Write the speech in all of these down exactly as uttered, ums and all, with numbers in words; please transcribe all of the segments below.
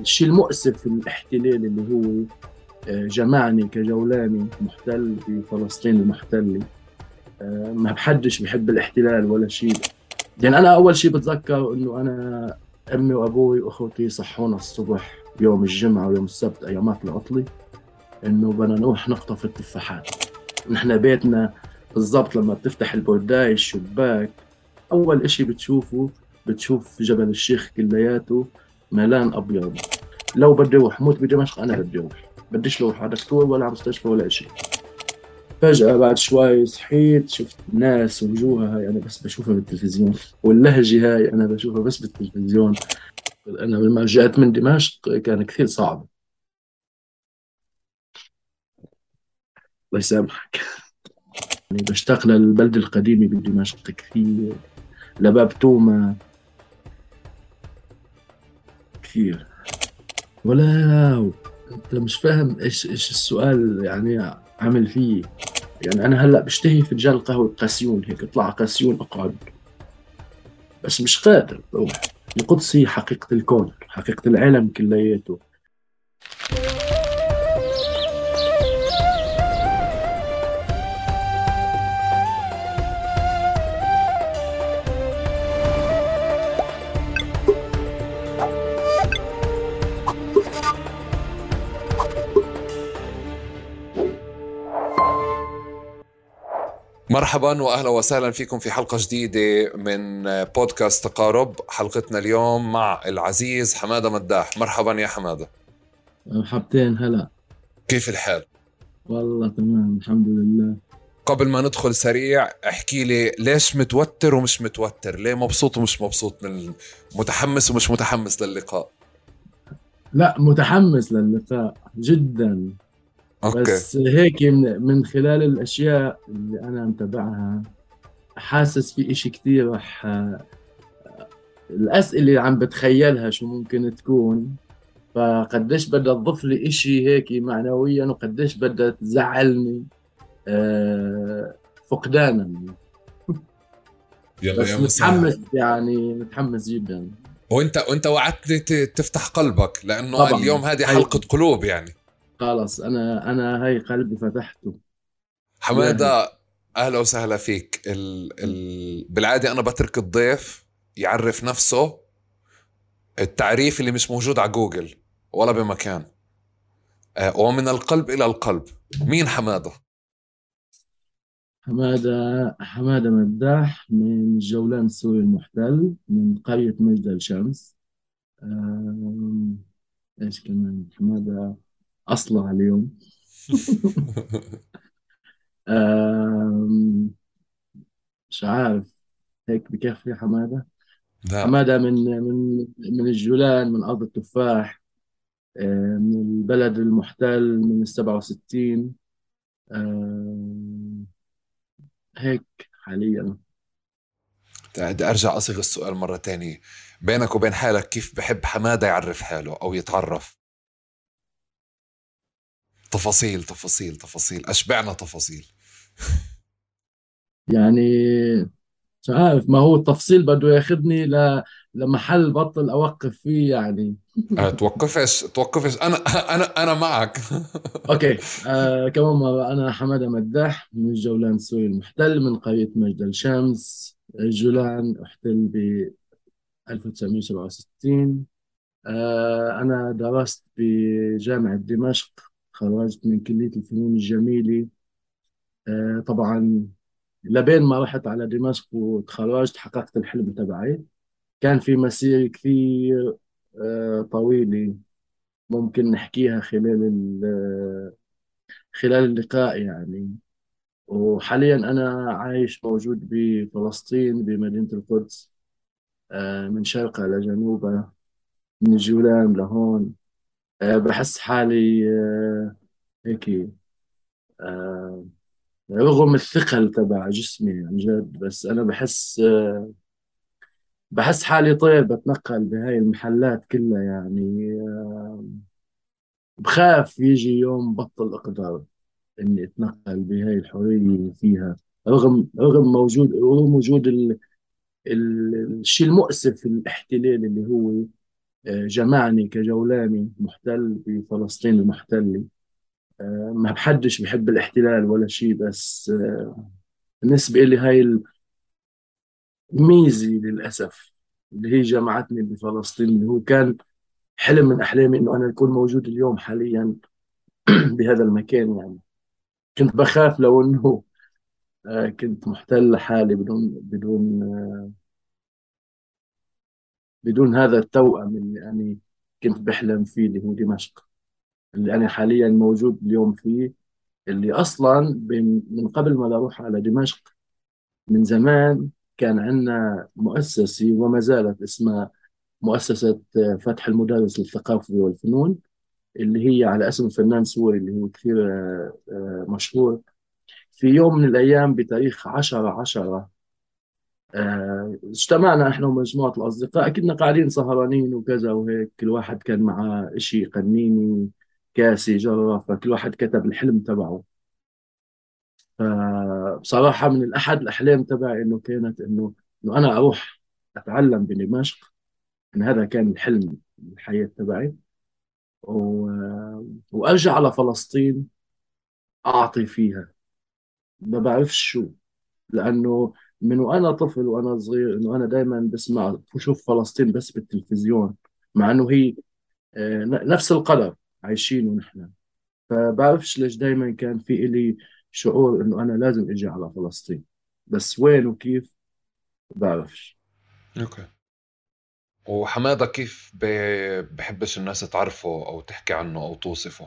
الشيء المؤسف في الاحتلال اللي هو آه، جمعني كجولاني محتل في فلسطين المحتلة. آه، ما حدش بحب الاحتلال ولا شيء. يعني أنا أول شيء بتذكر إنه أنا أمي وأبوي وأخوتي صحونا الصبح يوم الجمعة ويوم السبت أيامات العطلة إنه بدنا نروح نخطف التفاحات. نحن بيتنا بالضبط لما بتفتح البرداية الشباك أول إشي بتشوفه، بتشوف جبل الشيخ كلياته ملان أبيض. لو بدي أروح موت بدمشق أنا بدي أروح، بديش أروح على دكتور ولا على مستشفى ولا إشي. فجأة بعد شوي صحيت شفت ناس وجوهها هاي أنا بس بشوفها بالتلفزيون، واللهجة هاي أنا بشوفها بس بالتلفزيون. أنا لما رجعت من دمشق كان كثير صعب. الله يسامحك. يعني بشتاق للبلدة القديمة بدمشق كثير، لباب توما كثير. ولا انت مش فاهم ايش ايش السؤال يعني عامل فيه. يعني انا هلا بشتهي فنجان القهوه قاسيون، هيك اطلع قاسيون اقعد، بس مش قادر بروح. القدس هي حقيقه الكون، حقيقه العالم كلياته. مرحبا واهلا وسهلا فيكم في حلقة جديدة من بودكاست تقارب. حلقتنا اليوم مع العزيز حمادة مداح. مرحبا يا حمادة، مرحبتين هلا. كيف الحال؟ والله تمام الحمد لله. قبل ما ندخل سريع احكي لي ليش متوتر ومش متوتر، ليه مبسوط ومش مبسوط، من متحمس ومش متحمس للقاء؟ لا متحمس للقاء جدا. اوكي. بس هيك من, من خلال الاشياء اللي انا متابعها حاسس في اشي كثير رح، الأسئلة اللي عم بتخيلها شو ممكن تكون، فقديش بدها تضيف لي إشي هيك معنويا وقديش بدها تزعلني آه، فقدانا. يلا يا بس مسهل. متحمس، يعني متحمس جدا. وانت وانت وعدتني ت- تفتح قلبك لانه طبعا اليوم هذه هي حلقة قلوب يعني. خلص أنا أنا هاي قلبي فتحته جاهز. حمادة، اهلا وسهلا فيك. ال... ال... بالعادة انا بترك الضيف يعرف نفسه، التعريف اللي مش موجود على جوجل ولا بمكان. آه، ومن القلب إلى القلب، مين حمادة؟ حمادة حمادة مداح من جولان السوري المحتل من قرية مجدل الشمس. آم، ايش كمان حمادة أصلع اليوم. آم، مش عارف، هيك بكفي حمادة. لا. حمادة من من من الجولان، من أرض التفاح. آه، من البلد المحتل من السبعة وستين. آم، هيك حاليا. بدي أرجع أصيغ السؤال مرة تانية. بينك وبين حالك كيف بحب حمادة يعرف حاله أو يتعرف؟ تفاصيل تفاصيل تفاصيل، أشبعنا تفاصيل. يعني مش عارف، ما هو التفصيل بده ياخذني ل لمحل بطل أوقف فيه يعني. أه توقفش توقفش، أنا أنا أنا معك. اوكي، آه كمان مرة انا حمادة مداح من الجولان السوري المحتل من قرية مجد الشمس. الجولان احتل ب ألف وتسعمية وسبعة وستين. آه انا درست بجامعة دمشق، خرجت من كلية الفنون الجميلة. آه طبعا لبين ما رحت على دمشق وتخرجت حققت الحلم تبعي. كان في مسيرة كثير آه طويلة ممكن نحكيها خلال ال- خلال اللقاء يعني. وحاليا أنا عايش موجود بفلسطين بمدينة القدس. آه، من شرقها لجنوبها، من الجولان لهون. آه، بحس حالي آه، هيك، آه، رغم الثقل تبع جسمي عن جد، بس أنا بحس آه، بحس حالي طير بتنقل بهاي المحلات كلها يعني. آه، بخاف يجي يوم بطل أقدر إني أتنقل بهاي الحرية اللي فيها، رغم رغم موجود رغم وجود ال- الشيء المؤسف في الاحتلال اللي هو آه، جمعني كجولاني محتل بفلسطين المحتلة. آه، ما بحدش بحب الاحتلال ولا شيء، بس آه، بالنسبة لي هاي الميزة للأسف اللي هي جمعتني بفلسطين، اللي هو كان حلم من أحلامي إنه أنا أكون موجود اليوم حاليا بهذا المكان يعني. كنت بخاف لو إنه آه، كنت محتل لحالي بدون بدون آه، بدون هذا التوأم اللي أنا كنت بحلم فيه، اللي هو دمشق، اللي أنا حاليا موجود اليوم فيه. اللي أصلا بين- من قبل ما أروح على دمشق، من زمان كان عندنا مؤسسة وما زالت اسمها مؤسسة آه، فتح المدارس للثقافة والفنون، اللي هي على اسم فنان سوري اللي هو كثير آه، آه، مشهور. في يوم من الأيام بتاريخ عشرة عشرة، آه، اجتمعنا احنا ومجموعة الأصدقاء، كنا قاعدين سهرانين وكذا وهيك، كل واحد كان معاه إشي قنيني، كاسي، جرة، فكل واحد كتب الحلم تبعه. فبصراحة من الأحد الأحلام تبعي إنه كانت إنه إنه أنا أروح أتعلم بدمشق. إن هذا كان الحلم الحياة تبعي، و... وأرجع على فلسطين أعطي فيها. ما بعرفش شو، لأنه من وأنا طفل وأنا صغير إنه أنا دائما بسمع وشوف فلسطين بس بالتلفزيون، مع إنه هي آه، ن- نفس القدر عايشينه نحن. فبعرفش ليش دائما كان في إلي شعور إنه أنا لازم أجي على فلسطين، بس وين وكيف بعرفش. اوكي. وحمادة كيف ب- بحبش الناس تعرفه او تحكي عنه او توصفه؟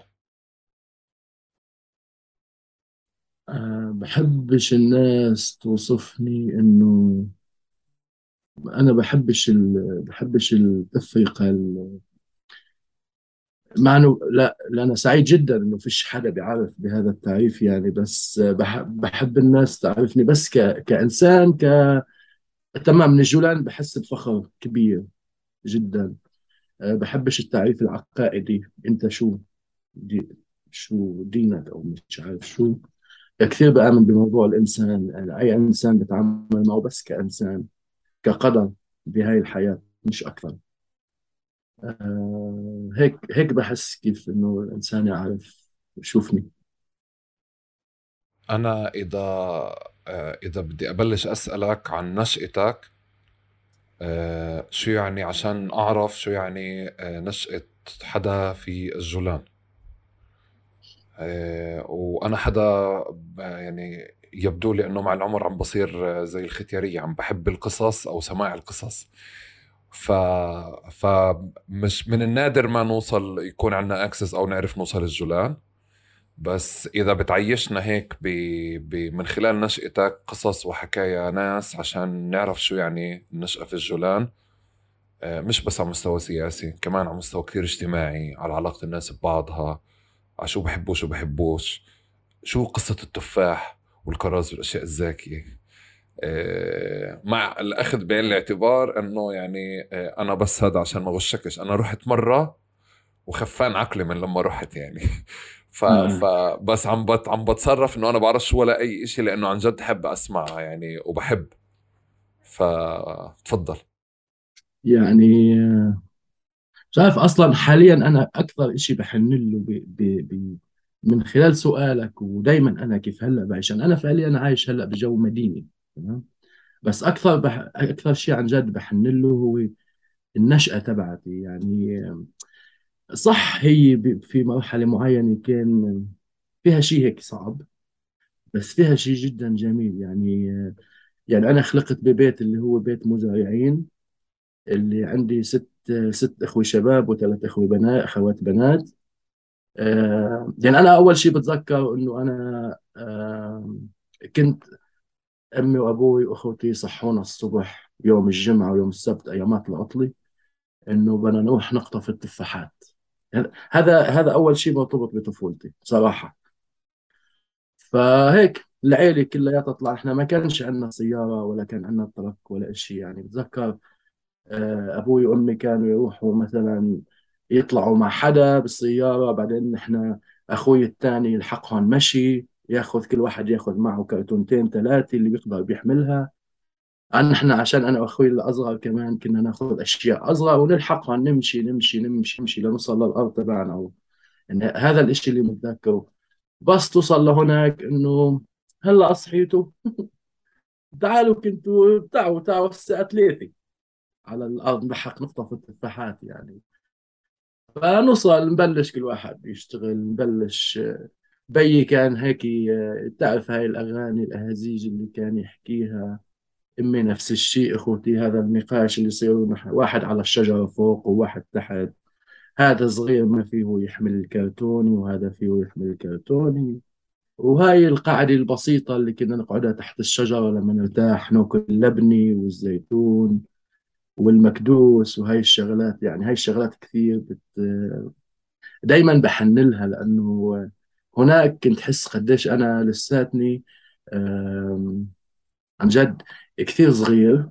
أه بحبش الناس توصفني إنه أنا بحبش ال... بحبش التفرقة ال... مع إنه لا, لا أنا سعيد جدا إنه فيش حدا بيعرف بهذا التعريف يعني، بس بحب, بحب الناس تعرفني بس ك... كإنسان ك تمام. من الجولان بحس بفخر كبير جدا. أه بحبش التعريف العقائدي، أنت شو دي، شو دينك أو مش عارف شو. كثير بآمن بموضوع الإنسان، يعني أي إنسان بتعامل معه بس كإنسان، كقدر بهاي الحياة مش أكثر. آه هيك هيك بحس كيف إنه الإنسان يعرف يشوفني. انا اذا آه، اذا بدي ابلش اسالك عن نشأتك، آه، شو يعني عشان اعرف شو يعني آه، نشأة حدا في الجولان. آه، وانا حدا ب- يعني يبدو لي انه مع العمر عم بصير آه، زي الختيارية، عم بحب القصص او سماع القصص. ف فمش من النادر ما نوصل يكون عندنا اكسس او نعرف نوصل الجولان. بس اذا بتعيشنا هيك ب... ب... من خلال نشأتك قصص وحكايا ناس عشان نعرف شو يعني النشأة في الجولان، آه، مش بس على مستوى سياسي، كمان على مستوى كتير اجتماعي، على علاقة الناس ببعضها، على شو بحبوا شو بحبوش، شو قصة التفاح والكرز والأشياء الزاكية. آه، مع الأخذ بعين الاعتبار أنه يعني آه، أنا بس هذا عشان ما غشكش، أنا رحت مرة وخفان عقلي من لما رحت يعني. ف ف آه بس عم بت عم بتصرف انه انا بعرفش ولا اي اشي، لانه عن جد حب اسمعها يعني وبحب. فتفضل. يعني آه، مش عارف أصلا حاليا أنا أكثر إشي بحن له ب... ب... ب... من خلال سؤالك، ودايما أنا كيف هلأ بعيش، أنا فعليا عايش هلأ بجو مديني. تمام. بس أكثر بح... أكثر شيء عن جد بحن له هو النشأة تبعتي يعني. آه، صح هي ب... في مرحلة معينة كان فيها شيء هيك صعب، بس فيها شيء جدا جميل يعني. يعني أنا خلقت ببيت اللي هو بيت مزارعين، اللي عندي ست ست أخوي شباب وثلاث أخوي بنات، أخوات بنات. آه يعني أنا أول شيء بتذكر إنه أنا آه كنت أمي وأبوي وأخوتي يصحونا الصبح يوم الجمعة ويوم السبت أيامات العطلة، إنه بدنا نروح نقطف التفاحات. هذا هذا أول شيء مرتبط بطفولتي صراحة. فهيك العيلة كلها تطلع، احنا ما كانش عندنا سيارة ولا كان عندنا ترك ولا شيء يعني. بتذكر آه، أبوي وأمي كانوا يروحوا مثلا يطلعوا مع حدا بالسيارة، بعدين نحن أخوي الثاني يلحقهم مشي، ياخذ كل واحد ياخذ معه كرتونتين ثلاثة اللي بيقدر بيحملها. نحن عشان أنا وأخوي الأصغر كمان كنا ناخذ أشياء أصغر ونلحقها، نمشي نمشي نمشي نمشي لنوصل للأرض تبعنا. أو يعني هذا الإشي اللي متذكره. بس توصل لهناك إنه هلا صحيتوا، تعالوا كنتوا تعوا تعوا الساعة ثلاثة على الأرض نلحق نخطف التفاحات يعني. فنوصل نبلش كل واحد يشتغل، نبلش. بيي كان هيك، تعرف هاي الأغاني الأهازيج اللي كان يحكيها. أمي نفس الشيء، أخوتي هذا النقاش اللي يصير نح- واحد على الشجرة فوق وواحد تحت. هذا صغير ما فيه يحمل الكرتوني وهذا فيه يحمل الكرتوني. وهاي القعدة البسيطة اللي كنا نقعدها تحت الشجرة لما نرتاح، ناكل اللبنة والزيتون والمكدوس وهاي الشغلات. يعني هاي الشغلات كثير بت... دايما بحنلها، لأنه هناك كنت حس قديش أنا لساتني آم، عن جد كثير صغير،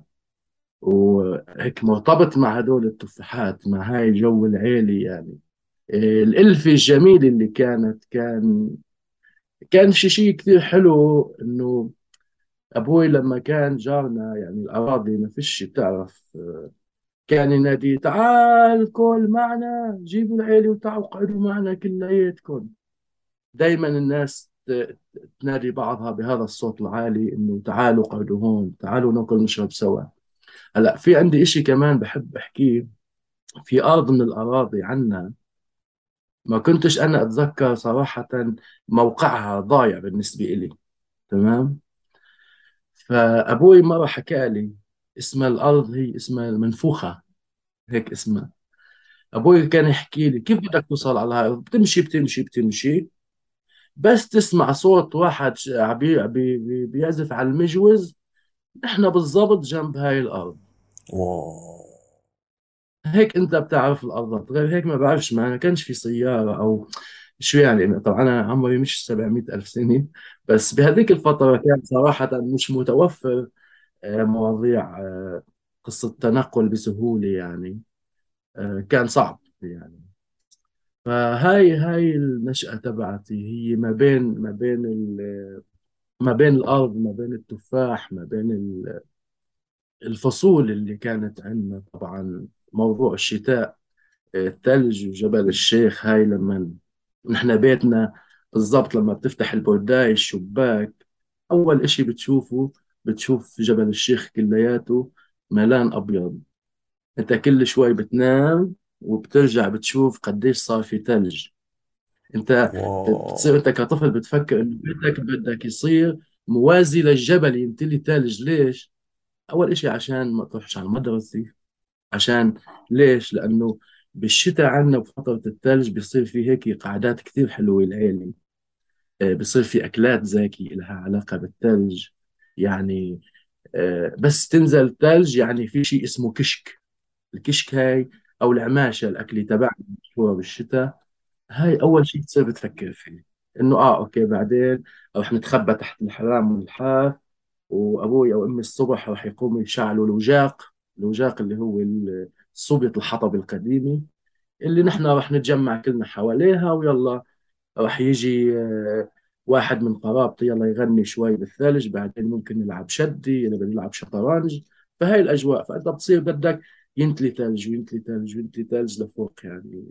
وهيك مرتبط مع هدول التفاحات، مع هاي جو العيلة يعني. إيه، الألفة الجميلة اللي كانت، كان كان شيء شيء كثير حلو. إنه أبوي لما كان جارنا يعني الأراضي ما فيش بتعرف، كان ينادي تعال كل معنا، جيبوا العيلة وتعالوا اقعدوا معنا كلياتكم. دايما الناس ت- تنادي بعضها بهذا الصوت العالي إنه تعالوا اقعدوا هون، تعالوا ناكل نشرب سوا. هلا في عندي إشي كمان بحب أحكيه. في أرض من الأراضي عنا، ما كنتش أنا أتذكر صراحة موقعها، ضايع بالنسبة إلي. تمام. فأبوي مرة حكى لي اسم الأرض، هي اسمها المنفوخة، هيك اسمها. أبوي كان يحكي لي كيف بدك توصل على هاي الأرض؟ بتمشي بتمشي بتمشي، بس تسمع صوت واحد ش- عبي بي بي بيعزف على المجوز، نحن بالضبط جنب هاي الأرض. واو. هيك أنت بتعرف الأرض، غير هيك ما بعرفش، ما كانش في سيارة أو شو يعني. طبعا أنا عمري مش سبعمئة ألف سنة، بس بهذيك الفترة كان صراحة مش متوفر آه، مواضيع آه، قصة تنقل بسهولة يعني. آه، كان صعب يعني. فهاي هاي النشأة تبعتي هي ما بين ما بين ال- ما بين الأرض، ما بين التفاح، ما بين ال- الفصول اللي كانت عندنا. طبعا موضوع الشتاء، آه، الثلج وجبل الشيخ. هاي لما نحن بيتنا بالضبط لما بتفتح البرداي الشباك، أول إشي بتشوفه، بتشوف جبل الشيخ كلياته ملان أبيض. أنت كل شوي بتنام وبترجع بتشوف قديش صار في ثلج. أنت بتصير واو. أنت كطفل بتفكر إنه بدك بدك يصير موازي للجبل يمتلي ثلج. ليش؟ أول إشي عشان ما تروحش على المدرسة. عشان ليش؟ لأنه بالشتاء عندنا بفترة الثلج بيصير في هيك قعدات كثير حلوة العيلة. آه، بصير في أكلات زاكي لها علاقة بالثلج يعني. آه، بس تنزل ثلج يعني في شيء اسمه كشك. الكشك هاي أو العماشة، الأكل تبعنا مشهورة بالشتاء. هاي أول شيء تصير بتفكر فيه، إنه آه أوكي بعدين رح نتخبى تحت الحرام والحار، وأبوي أو أمي الصبح رح يقوموا يشعلوا الوجاق. الوجاق اللي هو صوبة الحطب القديمة، اللي نحن رح نتجمع كلنا حواليها، ويلا راح يجي آه، واحد من قرابتي يلا يغني شوي بالثلج، بعدين ممكن نلعب شدي، إذا بدنا نلعب شطرنج. فهي الأجواء، فأنت بتصير بدك ينتلي ثلج وينتلي ثلج وينتلي ثلج لفوق يعني.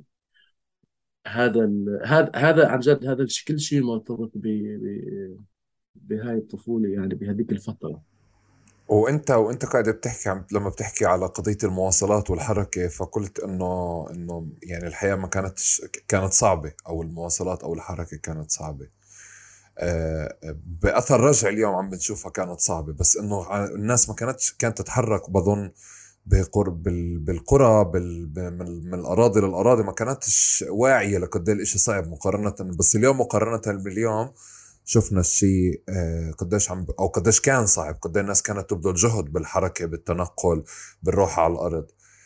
هذا ال... هذا هذا عن جد، هذا الش- كل شيء مرتبط ب... ب... بهاي الطفولة يعني، بهذيك الفترة. وانت وانت قاعد بتحكي عم لما بتحكي على قضية المواصلات والحركة، فقلت انه انه يعني الحياة ما كانت كانت صعبة، او المواصلات او الحركة كانت صعبة. آه، بأثر رجع اليوم عم بنشوفها كانت صعبة، بس انه ع- الناس ما كانتش كانت تتحرك بظن بقرب بال- بالقرى بال... ب- من من الأراضي للأراضي، ما كانتش واعية لقد ايه الإشي صعب مقارنة. بس اليوم مقارنة باليوم شفنا الشيء آه، قديش عم أو قديش كان صعب، قد ايه الناس كانت تبذل جهد بالحركة بالتنقل بالروحة على الأرض.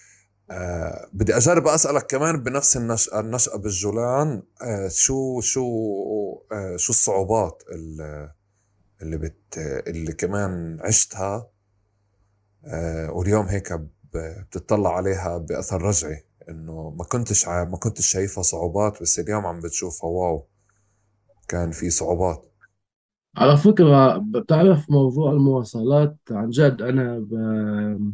آه بدي أجرب أسألك كمان بنفس النشأة النشأة بالجولان، آه شو شو آه شو الصعوبات اللي اللي بت اللي كمان عشتها، آه واليوم هيك ب- بتطلع عليها بأثر رجعي، إنه ما كنتش ع... ما كنتش شايفها صعوبات، بس اليوم عم بتشوفها واو كان في صعوبات. على فكرة بتعرف موضوع المواصلات عن جد أنا ب-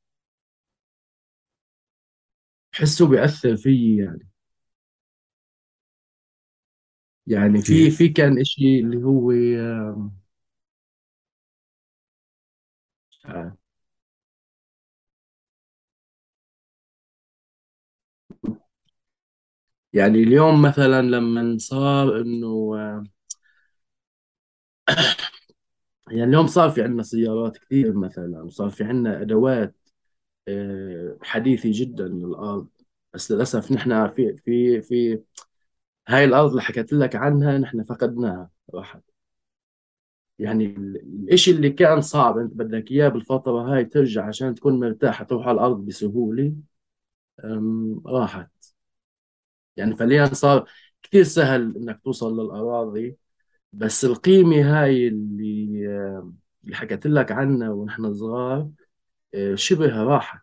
بحسه بيأثر فيي يعني. يعني في كيف؟ في كان إشي اللي هو آه، مش عارف. يعني اليوم مثلا لما صار إنه آه، يعني اليوم صار في عندنا سيارات كثير مثلا، وصار في عندنا أدوات آه، حديثة جدا للأرض. بس للأسف نحن في في في هاي الأرض اللي حكيت لك عنها نحن فقدناها، راحت. يعني ال- الإشي اللي كان صعب أنت بدك إياه بالفترة هاي ترجع عشان تكون مرتاح تروح على الأرض بسهولة، أم، راحت. يعني فعليا صار كثير سهل إنك توصل للأراضي، بس القيمة هاي اللي آه، اللي حكيت لك عنها ونحن صغار آه، شبه راحت.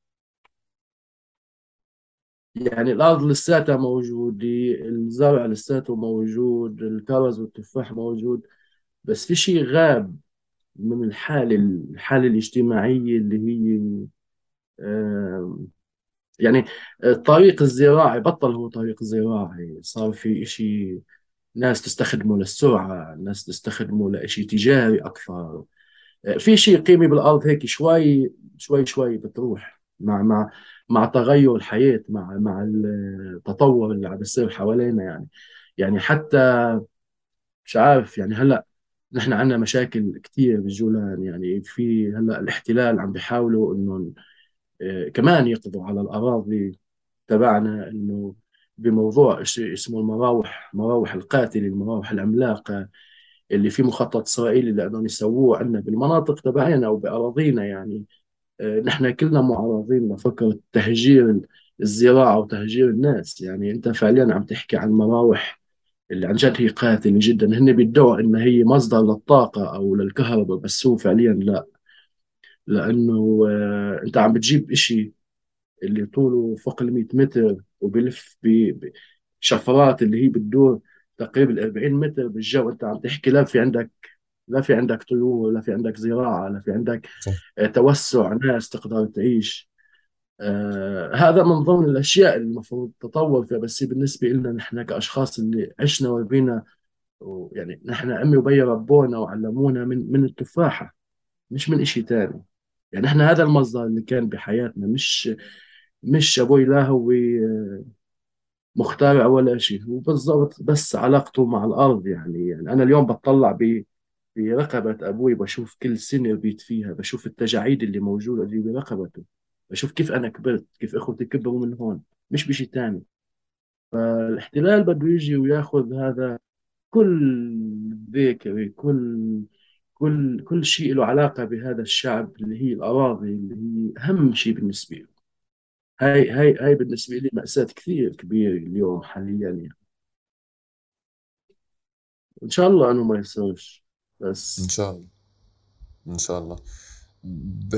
يعني الأرض لساتها موجودة، الزرع لساته موجود، الكرز والتفاح موجود، بس في شيء غاب من الحالة الحالة الاجتماعية اللي هي آه، يعني الطريق الزراعي بطل هو طريق زراعي، صار في إشي ناس تستخدمه للسرعة، ناس تستخدمه لإشي تجاري أكثر. في شيء قيمي بالأرض هيك شوي شوي شوي بتروح مع مع مع تغير الحياة، مع مع التطور اللي عم بيصير حوالينا يعني. يعني حتى مش عارف يعني هلا نحن عندنا مشاكل كثير بالجولان. يعني في هلا الاحتلال عم بيحاولوا انه آه، كمان يقضوا على الأراضي تبعنا، انه بموضوع شيء اسمه المراوح، مراوح القاتلة، المراوح العملاقة اللي في مخطط إسرائيلي لأنهم يسووه عندنا بالمناطق تبعنا وبأراضينا يعني. آه، نحن كلنا معرضين لفكرة تهجير الزراعة وتهجير الناس. يعني أنت فعليا عم تحكي عن مراوح اللي عن جد هي قاتلة جدا. هن بيدعوا إن هي مصدر للطاقة أو للكهرباء، بس هو فعليا لا. لأنه آه، أنت عم بتجيب إشي اللي طوله فوق ال مية متر وبيلف ب- بشفرات اللي هي بتدور تقريبا ال أربعين متر بالجو. انت عم تحكي لا في عندك لا في عندك طيور، لا في عندك زراعة، لا في عندك صح. آه، توسع ناس تقدر تعيش. آه هذا من ضمن الأشياء اللي المفروض تطور فيها. بس بالنسبة لنا نحن كأشخاص اللي عشنا وربينا، يعني نحن أمي وبي ربونا وعلمونا من من التفاحة، مش من إشي تاني. يعني احنا هذا المصدر اللي كان بحياتنا، مش مش ابوي لا هو مخترع ولا شيء، هو بالضبط بس علاقته مع الارض. يعني يعني انا اليوم بتطلع ب برقبة أبوي، بشوف كل سنة ربيت فيها، بشوف التجاعيد اللي موجودة دي برقبته، بشوف كيف أنا كبرت، كيف إخوتي كبروا من هون، مش بشي تاني. فالاحتلال بده يجي وياخذ هذا كل ذكري، كل كل كل شيء له علاقة بهذا الشعب اللي هي الأراضي اللي هي أهم شيء بالنسبة له. هاي هاي هاي بالنسبة لي مأساة كثير كبيرة اليوم حاليا يعني. إن شاء الله إنه ما يصيرش. ان بس شاء الله. ان شاء الله. ب...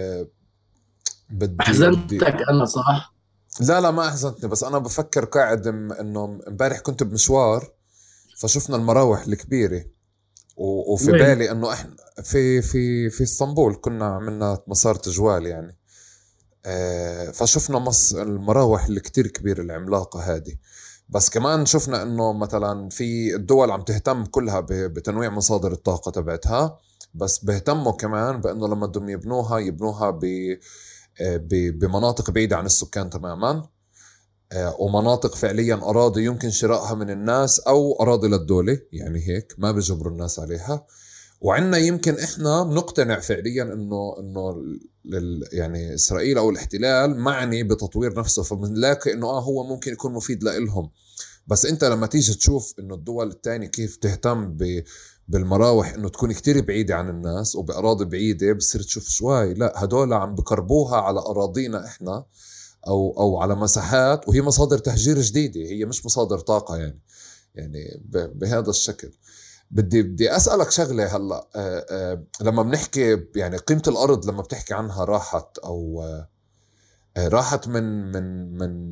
بدي بدي أحزنتك أنا صح؟ لا لا ما احزنتني، بس انا بفكر قاعد م- انه امبارح كنت بمشوار، فشفنا المراوح الكبيرة، و- وفي وين؟ بالي انه احنا في في في اسطنبول كنا عملنا مسار تجوال يعني. آه، فشفنا مص المراوح الكتير كبيرة العملاقة هذه. بس كمان شفنا انه مثلا في الدول عم تهتم كلها ب- بتنويع مصادر الطاقة تبعتها، بس بيهتموا كمان بانه لما بدهم يبنوها يبنوها ب آه، ب- بمناطق بعيدة عن السكان تماما. آه، ومناطق فعليا أراضي يمكن شرائها من الناس أو أراضي للدولة، يعني هيك ما بيجبروا الناس عليها. وعندنا يمكن احنا بنقتنع فعليا انه انه لل يعني اسرائيل او الاحتلال معني بتطوير نفسه، فبنلاقي انه اه هو ممكن يكون مفيد لإلهم. بس انت لما تيجي تشوف انه الدول التانية كيف تهتم ب بالمراوح انه تكون كتير بعيدة عن الناس وبأراضي بعيدة، بصير تشوف شوي لا هدول عم بقربوها على أراضينا احنا، او او على مساحات، وهي مصادر تهجير جديدة، هي مش مصادر طاقة يعني. يعني ب- بهذا الشكل. بدي بدي اسالك شغله هلا. آه، آه، لما بنحكي يعني قيمه الارض، لما بتحكي عنها راحت او آه، راحت من من من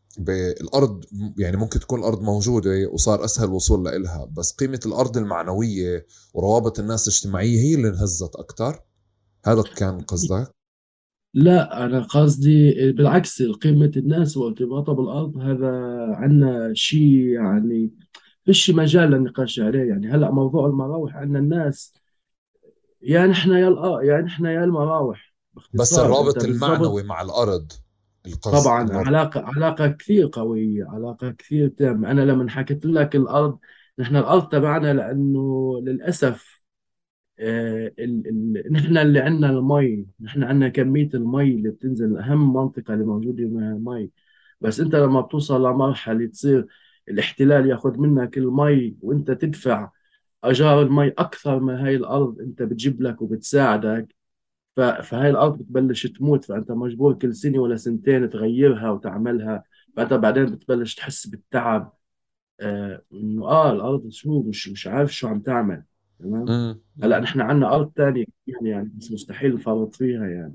بالأرض يعني ممكن تكون الأرض موجودة وصار أسهل الوصول لإلها، بس قيمة الأرض المعنوية وروابط الناس الاجتماعية هي اللي انهزت أكتر. هذا كان قصدك؟ لا، أنا قصدي بالعكس، قيمة الناس وارتباطها بالأرض هذا عنا شيء يعني فيش مجال للنقاش عليه. يعني هلا موضوع المراوح عنا الناس، يا نحن يا الأ يا نحن يا المراوح بس باختصار. أنت الرابط بالضبط. المعنوي مع الأرض، القصد طبعا إنه. علاقة علاقة كثير قوية، علاقة كثير تامة. أنا لما حكيت لك الأرض، نحن الأرض تبعنا لأنه للأسف آه، ال ال نحن اللي عندنا المي، نحن عندنا كمية المي اللي بتنزل أهم منطقة اللي موجودة منها المي. بس أنت لما بتوصل لمرحلة تصير الاحتلال ياخذ منك المي، وأنت تدفع أجار المي أكثر ما هاي الأرض أنت بتجيب لك وبتساعدك. ف- فهاي الأرض بتبلش تموت، فأنت مجبور كل سنة ولا سنتين تغيرها وتعملها. فأنت بعدين بتبلش تحس بالتعب. آه إنه آه الأرض شو مش مش عارف شو عم تعمل. تمام. مم. هلا مم. نحن عندنا أرض تانية يعني يعني بس مستحيل نفرط فيها يعني.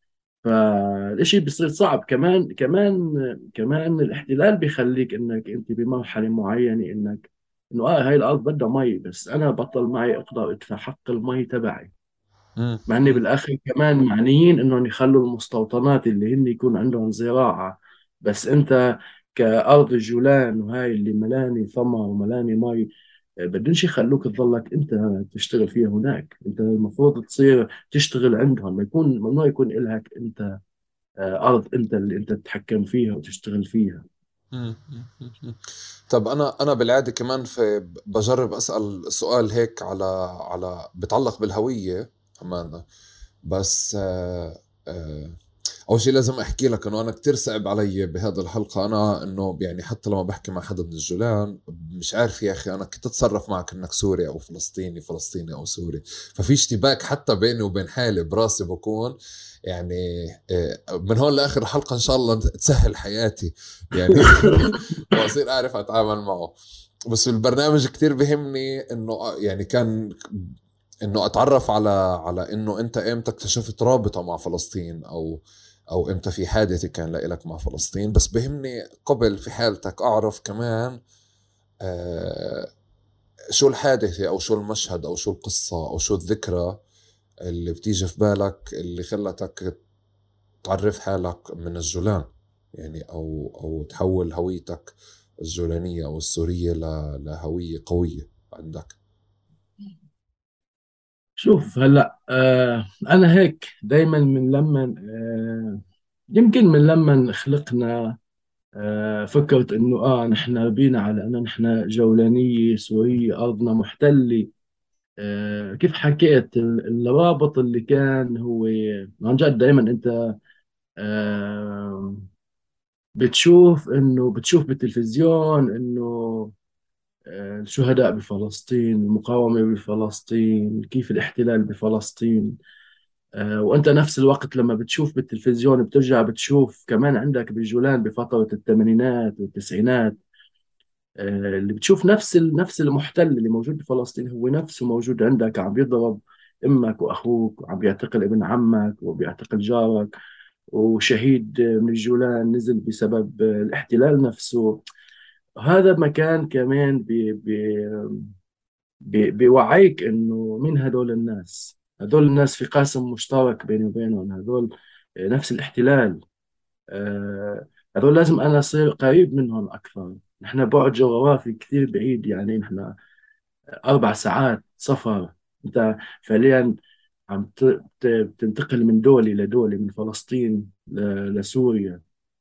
فالإشي بيصير صعب. كمان كمان كمان الاحتلال بيخليك إنك أنت بمرحلة معينة إنك إنه آه هاي الأرض بدها مي، بس أنا بطل معي أقدر أدفع حق المي تبعي. مم. مع اني مم. بالاخر كمان معنيين انهم يخلوا المستوطنات اللي هن يكون عندهم زراعة. بس انت كأرض الجولان وهاي اللي ملاني ثمر وملاني مي، آه، بدنش يخلوك تضلك انت تشتغل فيها هناك. انت المفروض تصير تشتغل عندهم، ما يكون ممنوع يكون إلك انت آه، ارض انت اللي انت تتحكم فيها وتشتغل فيها. مم. مم. طب انا انا بالعاده كمان في بجرب اسال سؤال هيك على على بتعلق بالهويه كمان. بس آه آه اول شيء لازم احكي لك انه انا كتير صعب علي بهذه الحلقه، انا انه يعني حتى لما بحكي مع حدا من الجولان مش عارف يا اخي انا كنت اتصرف معك انك سوري او فلسطيني، فلسطيني او سوري. ففي اشتباك حتى بيني وبين حالي براسي بكون يعني. آه، من هون لاخر الحلقه ان شاء الله تسهل حياتي يعني واصير اعرف اتعامل معه. بس البرنامج كتير بهمني انه يعني كان انه اتعرف على على انه انت امتى اكتشفت رابطة مع فلسطين، او او امتى في حادثة كان لإلك مع فلسطين. بس بهمني قبل في حالتك اعرف كمان آه شو الحادثة او شو المشهد او شو القصة او شو الذكرى اللي بتيجي في بالك اللي خلتك تعرف حالك من الجولان، يعني او او تحول هويتك الجولانية او السورية ل- لهوية قوية عندك. شوف هلا آه انا هيك دائما من لما آه يمكن من لما خلقنا آه، فكرة إنه آه نحن بينا على أنه نحن جولانية سورية أرضنا محتلة. آه كيف حكيت ال- الرابط اللي كان هو عن جد دائما أنت آه بتشوف إنه بتشوف بالتلفزيون إنه آه الشهداء بفلسطين، المقاومة بفلسطين، كيف الاحتلال بفلسطين. آه وأنت نفس الوقت لما بتشوف بالتلفزيون بترجع بتشوف كمان عندك بالجولان بفترة الثمانينات والتسعينات. آه، اللي بتشوف نفس ال- نفس المحتل اللي موجود بفلسطين هو نفسه موجود عندك، عم بيضرب امك واخوك، وعم بيعتقل ابن عمك وبيعتقل جارك. وشهيد من الجولان نزل بسبب الاحتلال نفسه. هذا مكان كمان بي بي بي بيوعيك انه مين هدول الناس. هدول الناس في قاسم مشترك بيني وبينهم، هدول نفس الاحتلال. آه، هذول لازم أنا أصير قريب منهم أكثر. نحن بعد جغرافي كثير بعيد، يعني نحن أربع ساعات سفر. أنت فعليا عم ت- ت- بتنتقل من دولة لدولة، من فلسطين ل- لسوريا.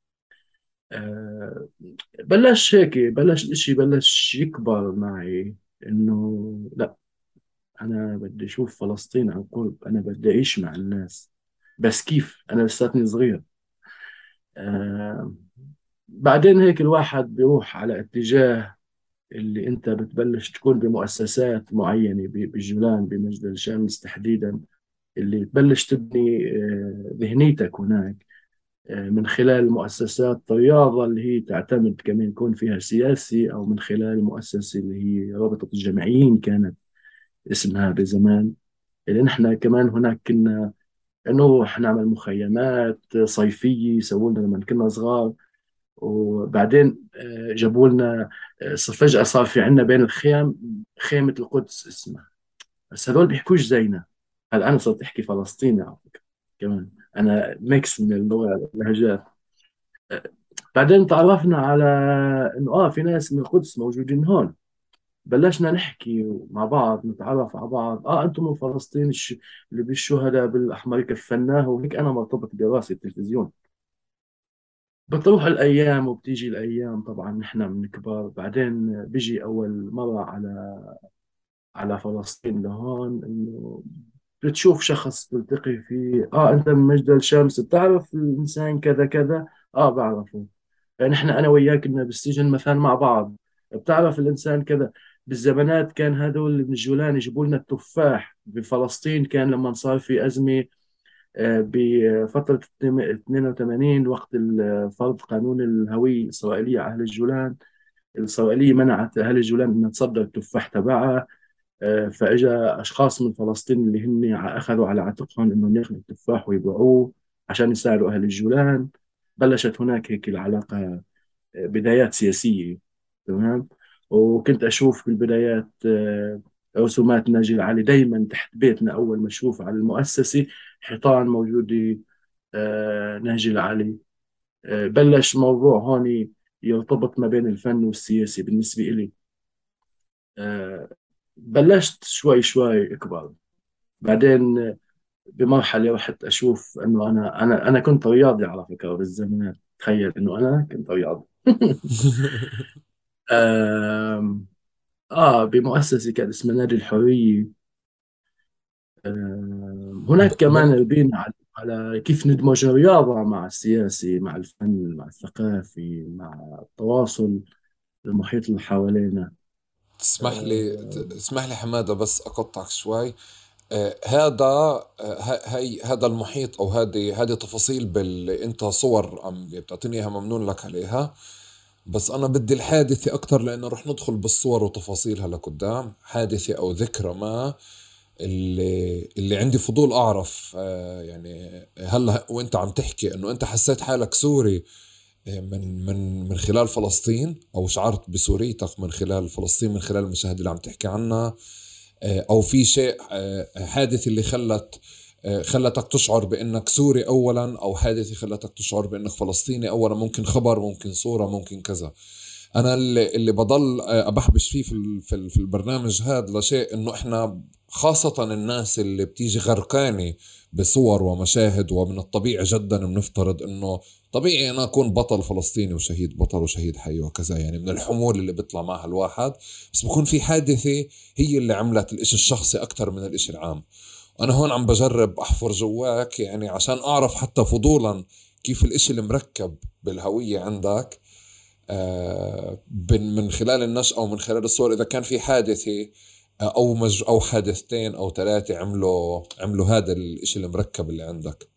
آه، بلش هيك بلش الإشي بلش يكبر معي إنه لا، أنا بدي أشوف فلسطين عن قرب، أنا بدي أعيش مع الناس. بس كيف؟ أنا لساتني صغير. آه، بعدين هيك الواحد بيروح على اتجاه اللي انت بتبلش تكون بمؤسسات معينة ب- بالجولان بمجد الشمس تحديدا، اللي تبلش تبني آه، ذهنيتك هناك آه، من خلال مؤسسات الرياضة اللي هي تعتمد كمان يكون فيها سياسي، أو من خلال مؤسسة اللي هي رابطة الجامعيين كانت اسمها بزمان. اللي نحن كمان هناك كنا نروح نعمل مخيمات صيفية يسووا لنا لما كنا صغار. وبعدين آه، جابوا لنا، آه، صار فجأة صار في عندنا بين الخيام خيمة القدس اسمها. بس هذول بيحكوش زينا. هلا أنا صرت أحكي فلسطيني على فكرة كمان. أنا ميكس من اللغة اللهجات. آه، بعدين تعرفنا على إنه آه في ناس من القدس موجودين هون. بلشنا نحكي مع بعض، نتعرف على بعض. اه انتم من فلسطين، الش... اللي بالشهداء بالاحمر كفناه، وهيك انا مرتبط براسي التلفزيون. بتروح الايام وبتيجي الايام، طبعا نحن بنكبر. بعدين بيجي اول مره على على فلسطين لهون، انه بتشوف شخص تلتقي فيه. اه انت من مجد الشمس، بتعرف الانسان كذا كذا؟ اه بعرفه. يعني نحن انا وياك كنا بالسجن مثلا مع بعض. بتعرف الانسان كذا. بالزمانات كان هذول من الجولان يجيبوا لنا التفاح بفلسطين، كان لما صار في ازمه آه، بفتره اثنين وثمانين، وقت ال- فرض قانون الهويه الاسرائيليه على اهل الجولان. الاسرائيليه منعت اهل الجولان ان تصدر التفاح تبعها. آه، فاجى اشخاص من فلسطين اللي هن ع- اخذوا على عاتقهم انهم ياخذوا التفاح ويبيعوه عشان يساعدوا اهل الجولان. بلشت هناك هيك العلاقه، بدايات سياسية. تمام. وكنت أشوف بالبدايات آه، رسومات ناجي العلي دايما تحت بيتنا. أول ما أشوف على المؤسسة حيطان موجودة آه، ناجي العلي. آه، بلش موضوع هون يرتبط ما بين الفن والسياسة بالنسبة إلي. آه، بلشت شوي شوي أكبر. بعدين آه، بمرحلة رحت أشوف إنه أنا أنا أنا كنت رياضي على فكرة بالزمانات. تخيل إنه أنا كنت رياضي. آم، آه بمؤسسة كان اسمها نادي الحرية. آه ب... هناك ب... كمان ربينا على على كيف ندمج الرياضة مع السياسي، مع الفن، مع الثقافي، مع التواصل المحيط اللي حوالينا. تسمح لي ت- آه تسمح لي حمادة بس أقطعك شوي. آه، هذا آه، ه- هي هذا المحيط او هذه هذه تفاصيل بال انت صور عم بتعطيني اياها، ممنون لك عليها. بس انا بدي الحادثة اكثر، لانه رح ندخل بالصور وتفاصيلها لقدام. حادثة او ذكرى ما اللي اللي عندي فضول اعرف. آه، يعني هلا وانت عم تحكي انه انت حسيت حالك سوري آه، من من من خلال فلسطين، او شعرت بسوريتك من خلال فلسطين، من خلال المشاهد اللي عم تحكي عنها. آه، او في شيء آه، حادث اللي خلت آه، خلتك تشعر بانك سوري اولا، او حادث خلتك تشعر بانك فلسطيني اولا. ممكن خبر، ممكن صورة، ممكن كذا. انا اللي, اللي بضل آه، ابحبش فيه في ال- في ال- في البرنامج هذا لشيء، انه احنا خاصة الناس اللي بتيجي غرقانة بصور ومشاهد، ومن الطبيعي جدا بنفترض انه طبيعي انا اكون بطل فلسطيني وشهيد، بطل وشهيد حي وكذا، يعني من الحمول اللي بيطلع معها الواحد. بس بكون في حادثة هي اللي عملت الاشي الشخصي اكثر من الاشي العام. انا هون عم بجرب احفر جواك، يعني عشان اعرف حتى فضولا كيف الاشي المركب بالهوية عندك آه، بن- من خلال النشأة ومن خلال الصور، إذا كان في حادثة آه، أو مج أو حادثتين أو ثلاثة عملوا عملوا هذا الإشي المركب اللي عندك.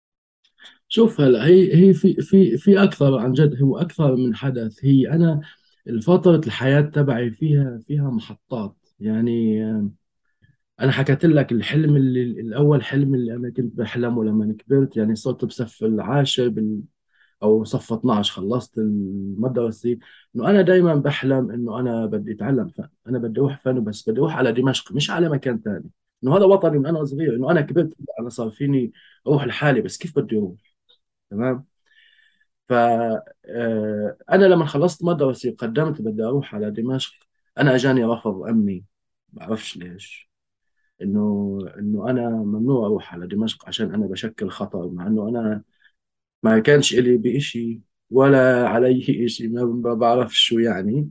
شوف هلا، هي هي في في في أكثر عن جد. هو أكثر من حدث. هي أنا الفترة الحياة تبعي فيها فيها محطات يعني. آه، أنا حكيت لك الحلم اللي الأول حلم اللي أنا كنت بحلمه لما كبرت. يعني صرت بصف العاشر او صف اثناشر، خلصت المدرسه. انه انا دائما بحلم انه انا بدي اتعلم فن. انا بدي اروح فن، بس بدي اروح على دمشق مش على مكان ثاني. انه هذا وطني من انا صغير. انه انا كبرت، انا صار فيني اروح لحالي، بس كيف بدي اروح؟ تمام. ف آه، انا لما خلصت مدرسه قدمت بدي اروح على دمشق. انا اجاني رفض امني، ما بعرفش ليش. انه انه انا ممنوع اروح على دمشق عشان انا بشكل خطر، مع انه انا ما كانش إلي بإشي ولا علي إشي، ما ما بعرف شو يعني.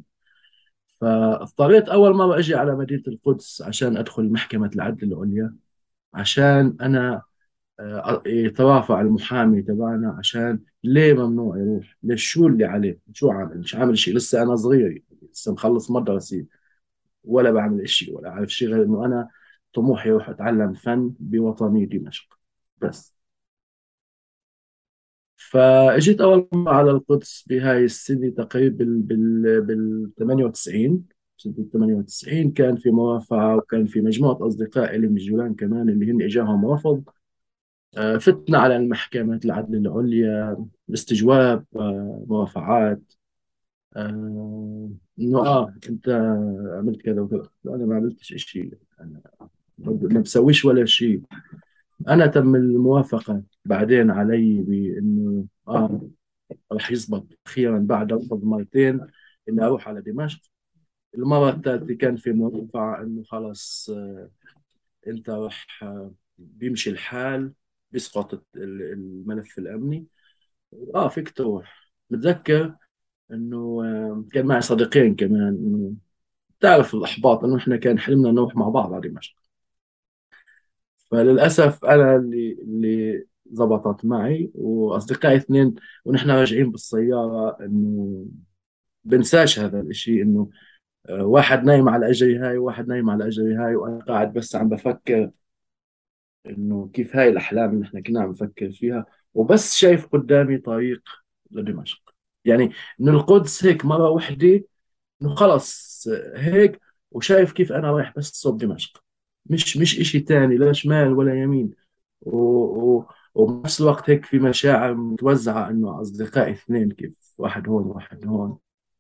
فاضطريت أول مرة أجي على مدينة القدس عشان أدخل محكمة العدل العليا. عشان أنا آه، يترافع المحامي تبعنا عشان ليه ممنوع يروح، ليش، شو اللي عليه، شو عامل، مش عامل شيء، لسه أنا صغير، لسه مخلص مدرسي، ولا بعمل إشي ولا عارف شيء غير إنه أنا طموحي أروح أتعلم فن بوطني دمشق بس. فاجيت اول مره على القدس بهاي السنه تقريبا بال بال بال ثمانية وتسعين. سنه ثمانية وتسعين كان في مرافعه، وكان في مجموعه اصدقاء لي من الجولان كمان اللي هن اجاهم رفض آه، فتنا على المحكمة العدل العليا، استجواب ومرافعات. آه، إنه آه أنت عملت كذا وكذا. لا، أنا ما عملتش شيء، أنا ما بسويش ولا شيء. أنا تم الموافقة بعدين علي بإنه آه رح يزبط أخيرا بعد رفض مرتين إني أروح على دمشق. المرة الثالثة كان في مرفع إنه خلص، آه، أنت رح آه، بيمشي الحال، بيسقط ال- الملف الأمني. آه فيك تروح. متذكر إنه آه، كان معي صديقين كمان، إنه تعرف الإحباط إنه إحنا كان حلمنا نروح مع بعض على دمشق. فللأسف أنا اللي اللي زبطت معي وأصدقائي اثنين، ونحن راجعين بالسيارة، إنه بنساش هذا الإشي. إنه آه، واحد نايم على أجري هاي وواحد نايم على أجري هاي، وأنا قاعد بس عم بفكر إنه كيف هاي الأحلام اللي إحنا كنا عم نفكر فيها، وبس شايف قدامي طريق لدمشق. يعني إنه القدس هيك مرة واحدة، إنه خلص آه، هيك، وشايف كيف أنا رايح بس صوب دمشق. مش مش إشي تاني، لا شمال ولا يمين. و... و... وبنفس الوقت هيك في مشاعر متوزعة، إنه أصدقائي اثنين، كيف واحد هون وواحد هون.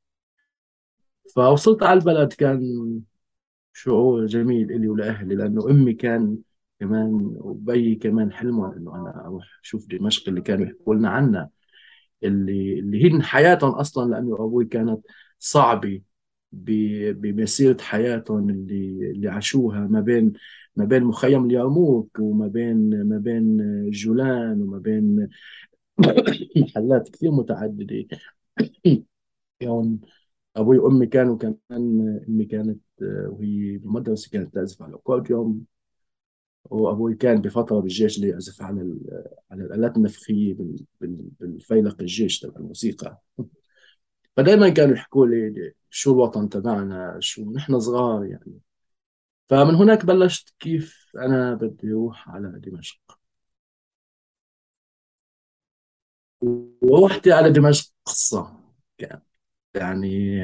فوصلت على البلد، كان شعور جميل إلي ولأهلي، لأنه أمي كان كمان وبي كمان حلموا إنه أنا أروح أشوف دمشق اللي كانوا يحكوا لنا عنها، اللي اللي هي حياتهم أصلا، لأنه أبوي كانت صعبة ب- بمسيرة حياتهم اللي اللي عاشوها ما بين ما بين مخيم اليرموك، وما بين ما بين جولان، وما بين محلات كثير متعددة. يعني أبوي وأمي كانوا كمان، أمي كانت آه، وهي بالمدرسة كانت تعزف على الأكورديون، وأبوي كان بفترة بالجيش اللي يعزف على ال- على الآلات النفخية بال- بال- بالفيلق الجيش تبع الموسيقى. فدائما كانوا يحكوا لي شو الوطن تبعنا، شو نحن صغار يعني. فمن هناك بلشت كيف أنا بدي أروح على دمشق. ورحت على دمشق قصة كان يعني.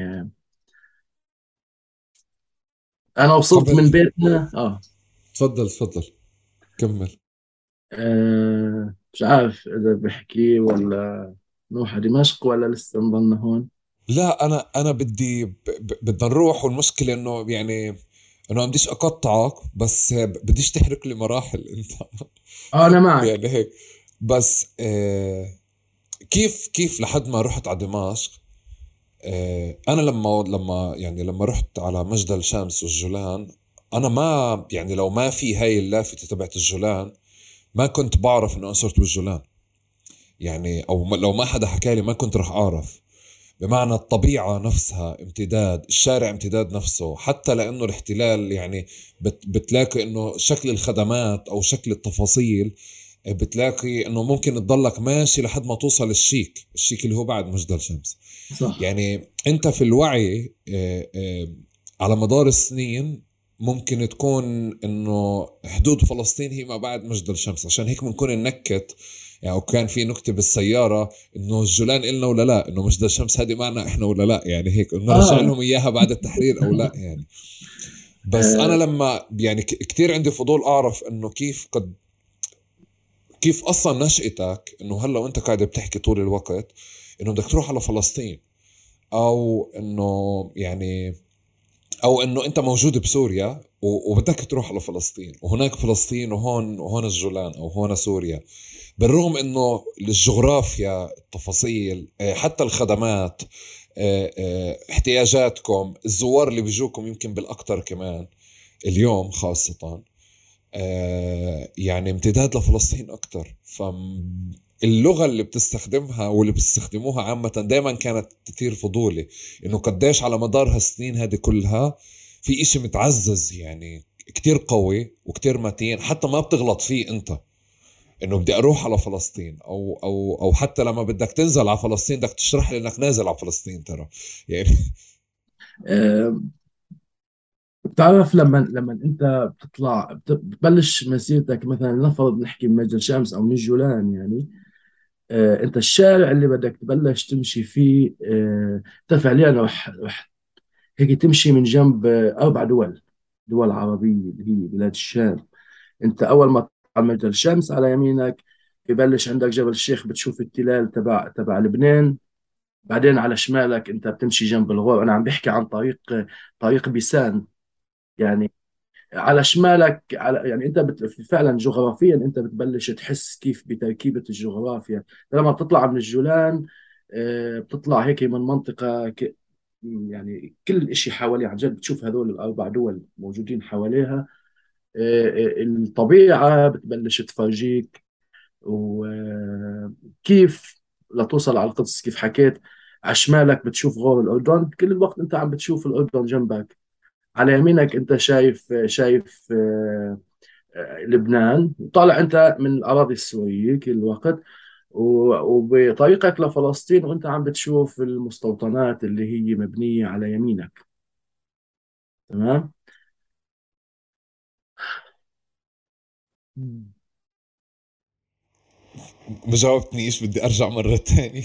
أنا وصلت قبل من بيتنا آه, تفضل تفضل كمل. آه مش عارف إذا بحكي ولا نروح على دمشق ولا لسه نضلنا هون. لا انا انا بدي ب- ب- بدنا نروح، والمشكله انه يعني انه ما بديش اقطعك، بس بديش تحرق لي مراحل انت. آه أنا معك. يعني هيك. بس آه كيف كيف لحد ما رحت على دمشق. آه انا لما لما يعني لما رحت على مجدل الشمس والجولان، انا ما يعني لو ما في هاي اللافته تبعت الجولان ما كنت بعرف انه انا صرت بالجولان. يعني او ما- لو ما حدا حكى لي ما كنت رح اعرف. بمعنى الطبيعة نفسها امتداد الشارع، امتداد نفسه، حتى لأنه الاحتلال يعني بت بتلاقي أنه شكل الخدمات أو شكل التفاصيل، بتلاقي أنه ممكن تضلك ماشي لحد ما توصل الشيك الشيك اللي هو بعد مجدل شمس. صح. يعني أنت في الوعي آه، آه، على مدار السنين ممكن تكون انه حدود فلسطين هي ما بعد مجدل شمس، عشان هيك بنكون ننكت يعني. وكان في نكتة بالسيارة انه الجولان إلنا ولا لا، انه مجدل الشمس هذه معنا احنا ولا لا، يعني هيك نرجع آه, لهم اياها بعد التحرير او لا يعني. بس انا آه, لما يعني ك- كتير عندي فضول اعرف انه كيف قد كيف اصلا نشأتك انه هلا وانت قاعد بتحكي طول الوقت انه بدك تروح على فلسطين، او انه يعني او انه انت موجود بسوريا و- وبدك تروح على فلسطين، وهناك فلسطين وهون وهون الجولان او هون سوريا. بالرغم انه الجغرافيا، التفاصيل، آه، حتى الخدمات، آه، آه، احتياجاتكم، الزوار اللي بيجوكم يمكن بالاكثر كمان اليوم خاصة، آه، يعني امتداد لفلسطين اكثر. فاللغة اللي بتستخدمها واللي بتستخدموها عامة دائما كانت تثير فضولي، انه قديش على مدار هالسنين هذه كلها في اشي متعزز يعني كتير قوي وكتير متين، حتى ما بتغلط فيه انت. انه بدي اروح على فلسطين، او او او حتى لما بدك تنزل على فلسطين بدك تشرح لي انك نازل على فلسطين ترى يعني. آه بتعرف لما لما انت بتطلع بت- بتبلش مسيرتك، مثلا نفرض نحكي من مجد الشمس او من جولان يعني. آه انت الشارع اللي بدك تبلش تمشي فيه، آه انت فعليا رح رح هيك تمشي من جنب آه اربع دول دول عربيه اللي هي بلاد الشام. انت اول ما على مجد الشمس على يمينك، ببلش عندك جبل الشيخ بتشوف التلال تبع تبع لبنان. بعدين على شمالك انت بتمشي جنب الغور، انا عم بحكي عن طريق طريق بيسان يعني. على شمالك على يعني انت بت... فعلا جغرافيا انت بتبلش تحس كيف بتركيبة الجغرافيا لما بتطلع من الجولان. آه، بتطلع هيك من منطقة ك... يعني كل إشي حواليها عن جد بتشوف هذول الأربع دول موجودين حواليها. آه، آه، الطبيعة بتبلش تفرجيك وكيف لتوصل على القدس كيف حكيت. على شمالك بتشوف غور الأردن، كل الوقت أنت عم بتشوف الأردن جنبك. على يمينك أنت شايف شايف آه، آه، لبنان، وطالع أنت من الأراضي السورية كل الوقت. و- وبطريقك لفلسطين وأنت عم بتشوف المستوطنات اللي هي مبنية على يمينك. تمام. ما جاوبتنيش، بدي ارجع مرة تاني.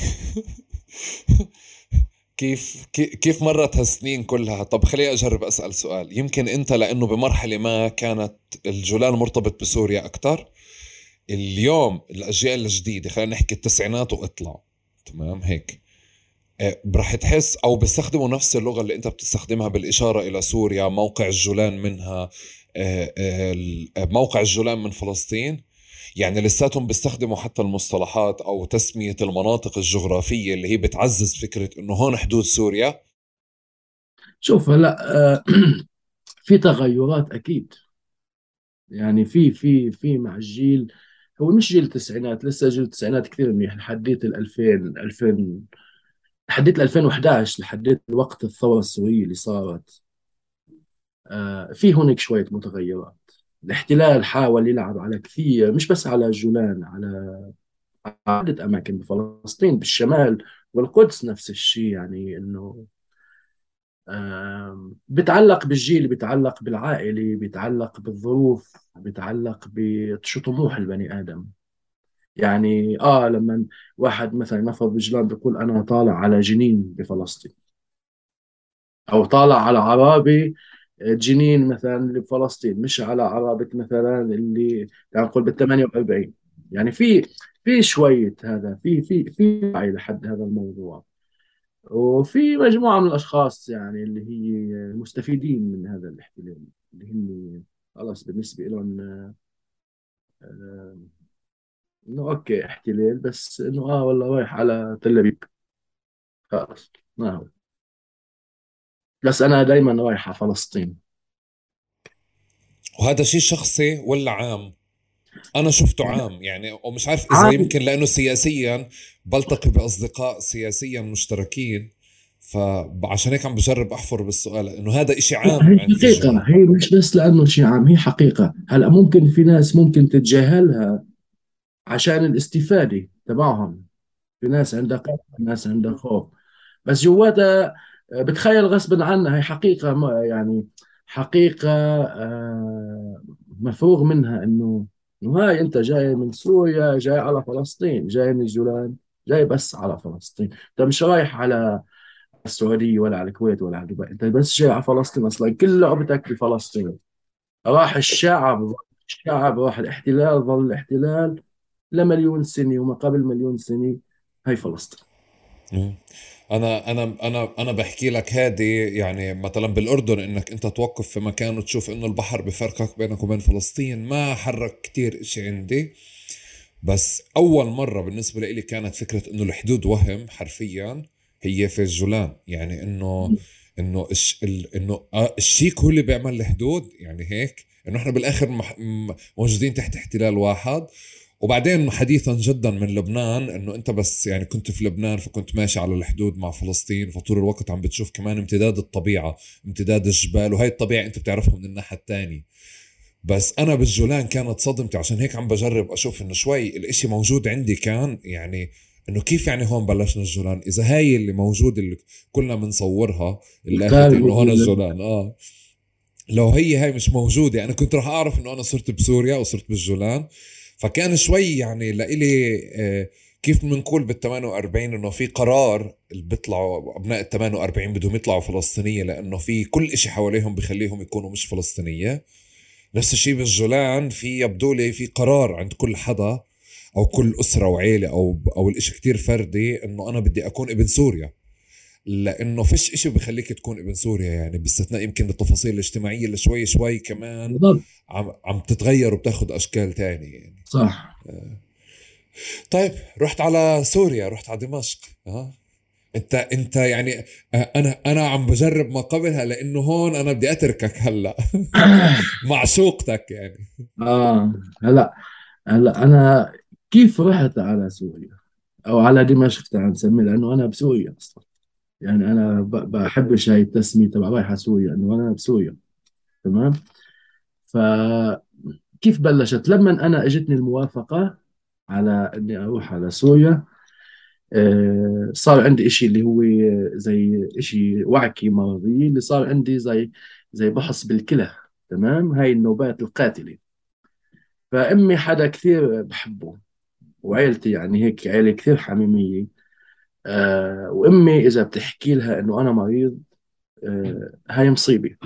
كيف كي- كيف مرت هالسنين كلها؟ طب خليني اجرب اسال سؤال. يمكن انت لانه بمرحله ما كانت الجولان مرتبط بسوريا اكثر، اليوم الاجيال الجديده، خلينا نحكي التسعينات واطلع، تمام هيك، آه، رح تحس او بيستخدموا نفس اللغه اللي انت بتستخدمها بالاشاره الى سوريا، موقع الجولان منها، آه، آه، ال- آه، موقع الجولان من فلسطين. يعني لساتهم بيستخدموا حتى المصطلحات او تسميه المناطق الجغرافيه اللي هي بتعزز فكره انه هون حدود سوريا. شوف هلا آه، في تغيرات أكيد. يعني في في في مع الجيل، هو مش جيل التسعينات، لسه جيل التسعينات كثير منيح لحديت ال ألفين ألفين، لحديت ال ألفين وإحدى عشر، لحديت وقت الثورة السورية اللي صارت. آه في هناك شوية متغيرات. الاحتلال حاول يلعب على كثير، مش بس على جولان، على عدة أماكن بفلسطين بالشمال، والقدس نفس الشيء. يعني إنه آه بتعلق بالجيل، بتعلق بالعائلة، بتعلق بالظروف، بتعلق بشو طموح البني آدم. يعني اه لما واحد مثلا نفض بجلان بيقول انا طالع على جنين بفلسطين، او طالع على عرابي آه، جنين مثلا اللي بفلسطين، مش على عرابة مثلا اللي يعني نقول بال ثمانية وأربعين. يعني في في شوية هذا، في في في وعي لحد هذا الموضوع. وفي مجموعة من الأشخاص يعني اللي هي مستفيدين من هذا الاحتلال، اللي هم خلاص بالنسبة لهم آه، انه اوكي احتلال، بس انه اه والله رايح على تل ابيب خلاص، ما هو. بس انا دائما رايح على فلسطين. وهذا شيء شخصي ولا عام؟ انا شفته عام يعني، ومش عارف اذا عادي. يمكن لانه سياسيا بلتقي باصدقاء سياسيا مشتركين، فعشان هيك عم بجرب احفر بالسؤال انه هذا اشي لا عام هي عند في حقيقة، الجولان. هي مش بس لأنه شيء عام، هي حقيقة. هلا ممكن في ناس ممكن تتجاهلها عشان الاستفادة تبعهم. في ناس عندها قلق، في ناس عندها خوف، بس جواتها بتخيل غصبا عنها. هي حقيقة ما- يعني حقيقة آه، مفروغ منها. إنه إنه هاي أنت جاي من سوريا، جاي على فلسطين، جاي من الجولان، جاي بس على فلسطين. أنت مش رايح على السعودية ولا على الكويت ولا على دبي، أنت بس جاي على فلسطين. أصلا كل لعبتك بفلسطين. راح الشعب ظل الشعب، راح الاحتلال ظل الاحتلال لمليون سنة وما قبل مليون سنة. هاي فلسطين. مم. انا انا انا انا بحكي لك هذه، يعني مثلا بالاردن انك انت توقف في مكان وتشوف انه البحر بفرقك بينك وبين فلسطين، ما حرك كتير اشي عندي. بس اول مرة بالنسبة لي كانت فكرة انه الحدود وهم حرفيا هي في الجولان. يعني انه انه الش ال- انه آه الشيك هو اللي بيعمل الحدود، يعني هيك انه احنا بالاخر مح م- موجودين تحت احتلال واحد. وبعدين حديثا جدا من لبنان، انه انت بس يعني كنت في لبنان فكنت ماشي على الحدود مع فلسطين، فطول الوقت عم بتشوف كمان امتداد الطبيعة، امتداد الجبال، وهي الطبيعة انت بتعرفها من الناحية التانية. بس انا بالجولان كانت صدمتي، عشان هيك عم بجرب اشوف انه شوي الاشي موجود عندي كان يعني انه كيف يعني هون بلشنا الجولان، اذا هاي اللي موجود اللي كلنا بنصورها اللافته انه هون الخارج. الجولان، اه لو هي هاي مش موجودة أنا كنت راح أعرف إنه أنا صرت بسوريا وصرت بالجولان. فكان شوي يعني لإلي آه، كيف بنقول بال ثمانية وأربعين إنه في قرار اللي بيطلعوا أبناء ال ثمانية وأربعين بدهم يطلعوا فلسطينية، لأنه في كل إشي حواليهم بخليهم يكونوا مش فلسطينية. نفس الشيء بالجولان، في يبدو لي في قرار عند كل حدا او كل اسره وعيله او او الاشي كتير فردي انه انا بدي اكون ابن سوريا. لانه فيش اشي بخليك تكون ابن سوريا، يعني باستثناء يمكن التفاصيل الاجتماعيه اللي شوي شوي كمان بالضبط. عم عم تتغير وبتاخد اشكال تانية يعني. صح. طيب، رحت على سوريا، رحت على دمشق. ها، انت انت يعني آه، انا انا عم بجرب ما قبلها، لانه هون انا بدي اتركك هلا معشوقتك يعني. اه. هلا هلا انا كيف رحت على سوريا او على دمشق، تعال نسمي، لانه انا بسوريا اصلا. يعني انا ب- بحبش هاي التسميه تبع رايح على سوريا، انه انا بسوريا. تمام. فكيف بلشت؟ لما انا اجتني الموافقه على اني اروح على سوريا، آه، صار عندي اشي اللي هو زي اشي وعكي مرضي، اللي صار عندي زي زي بحص بالكلى. تمام. هاي النوبات القاتله. فامي حدا كثير بحبه، وعيلتي يعني هيك عيله كثير حميميه. آه وامي اذا بتحكي لها انه انا مريض، آه هاي مصيبه.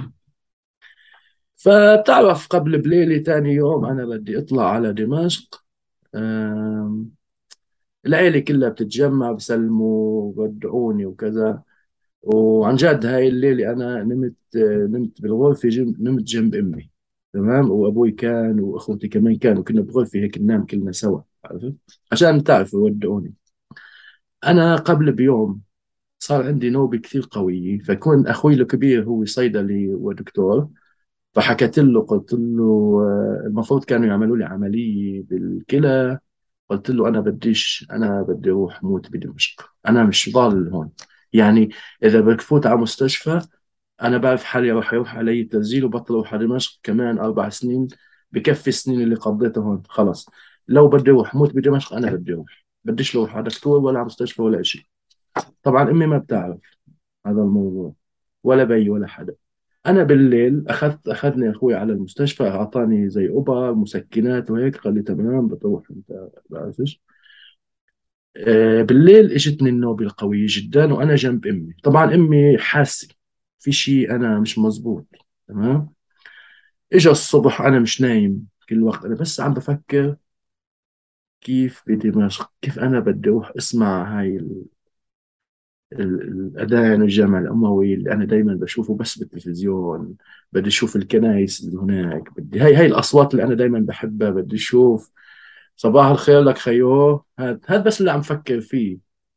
فبتعرف، قبل بليلة تاني يوم أنا بدي أطلع على دمشق. آم، العيلة كلها بتتجمع، بسلموا بدعوني وكذا. وعن جد هاي الليلة أنا نمت، آه، نمت بالغرفة، جنب نمت جنب أمي. تمام. وأبوي كان وأخوتي كمان كانوا، كنا بغرفة هيك ننام كلنا سوا، عرفت؟ عشان تعرفوا يودعوني. أنا قبل بيوم صار عندي نوبة كثير قوية، فكون أخوي الكبير هو صيدلي ودكتور. فحكيت له، قلت له آه، المفروض كانوا يعملوا لي عملية بالكلى. قلت له أنا بديش، أنا بدي أروح موت بدمشق، أنا مش ضال هون. يعني إذا بفوت على مستشفى، أنا بعرف حالي راح يروح علي تسجيل وبطل أروح على دمشق كمان أربع سنين. بكفي السنين اللي قضيتها هون خلص. لو بدي أروح موت بدمشق أنا بدي أروح، بديش أروح على دكتور ولا على مستشفى ولا شيء. طبعا أمي ما بتعرف هذا الموضوع، ولا بي ولا حدا. انا بالليل اخذت اخذني اخوي على المستشفى، اعطاني زي ابر مسكنات وهيك، قال لي تمام بتروح انت، بعرفش. آه بالليل اجتني النوبة القوية جدا وانا جنب امي. طبعا امي حاسة في شيء انا مش مزبوط. تمام. اجى الصبح انا مش نايم كل وقت، انا بس عم بفكر كيف بدمشق، كيف انا بدي اروح اسمع هاي ال- الأذان الجامع الأموي اللي أنا دايما بشوفه بس بالتلفزيون. بدي أشوف الكنائس اللي هناك، بدي هاي هاي الأصوات اللي أنا دايما بحبها، بدي أشوف. صباح الخير لك خيو، هذا هذا بس اللي عم فكر فيه.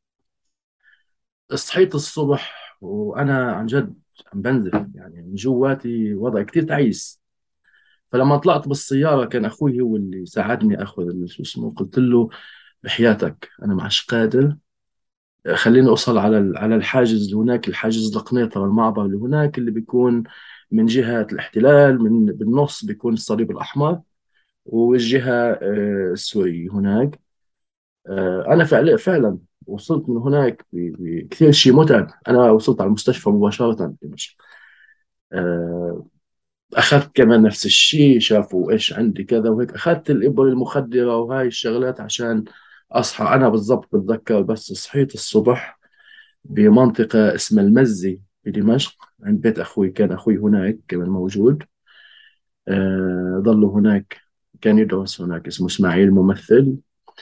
صحيت الصبح وأنا عن جد عم بنزل، يعني من جواتي وضع كتير تعيس. فلما طلعت بالسيارة كان أخوي هو اللي ساعدني أخذ ال- شو اسمه. قلت له بحياتك أنا معش قادر، خليني أوصل على ال- على الحاجز اللي هناك، الحاجز القنيطرة، المعبر اللي هناك اللي بيكون من جهة الاحتلال، من بالنص بيكون الصليب الأحمر، والجهة آه، السورية هناك. آه، أنا فعلا فعلا وصلت من هناك ب- بكثير شيء متعب. أنا وصلت على المستشفى مباشرة دمشق. آه، أخذت كمان نفس الشيء، شافوا إيش عندي كذا وهيك، أخذت الإبر المخدرة وهاي الشغلات عشان أصحى. أنا بالضبط بتذكر بس صحيت الصبح بمنطقة اسمها المزي بدمشق، عند بيت أخوي، كان أخوي هناك كمان موجود. آه ضلوا هناك، كان يدرس هناك، اسمه إسماعيل ممثل.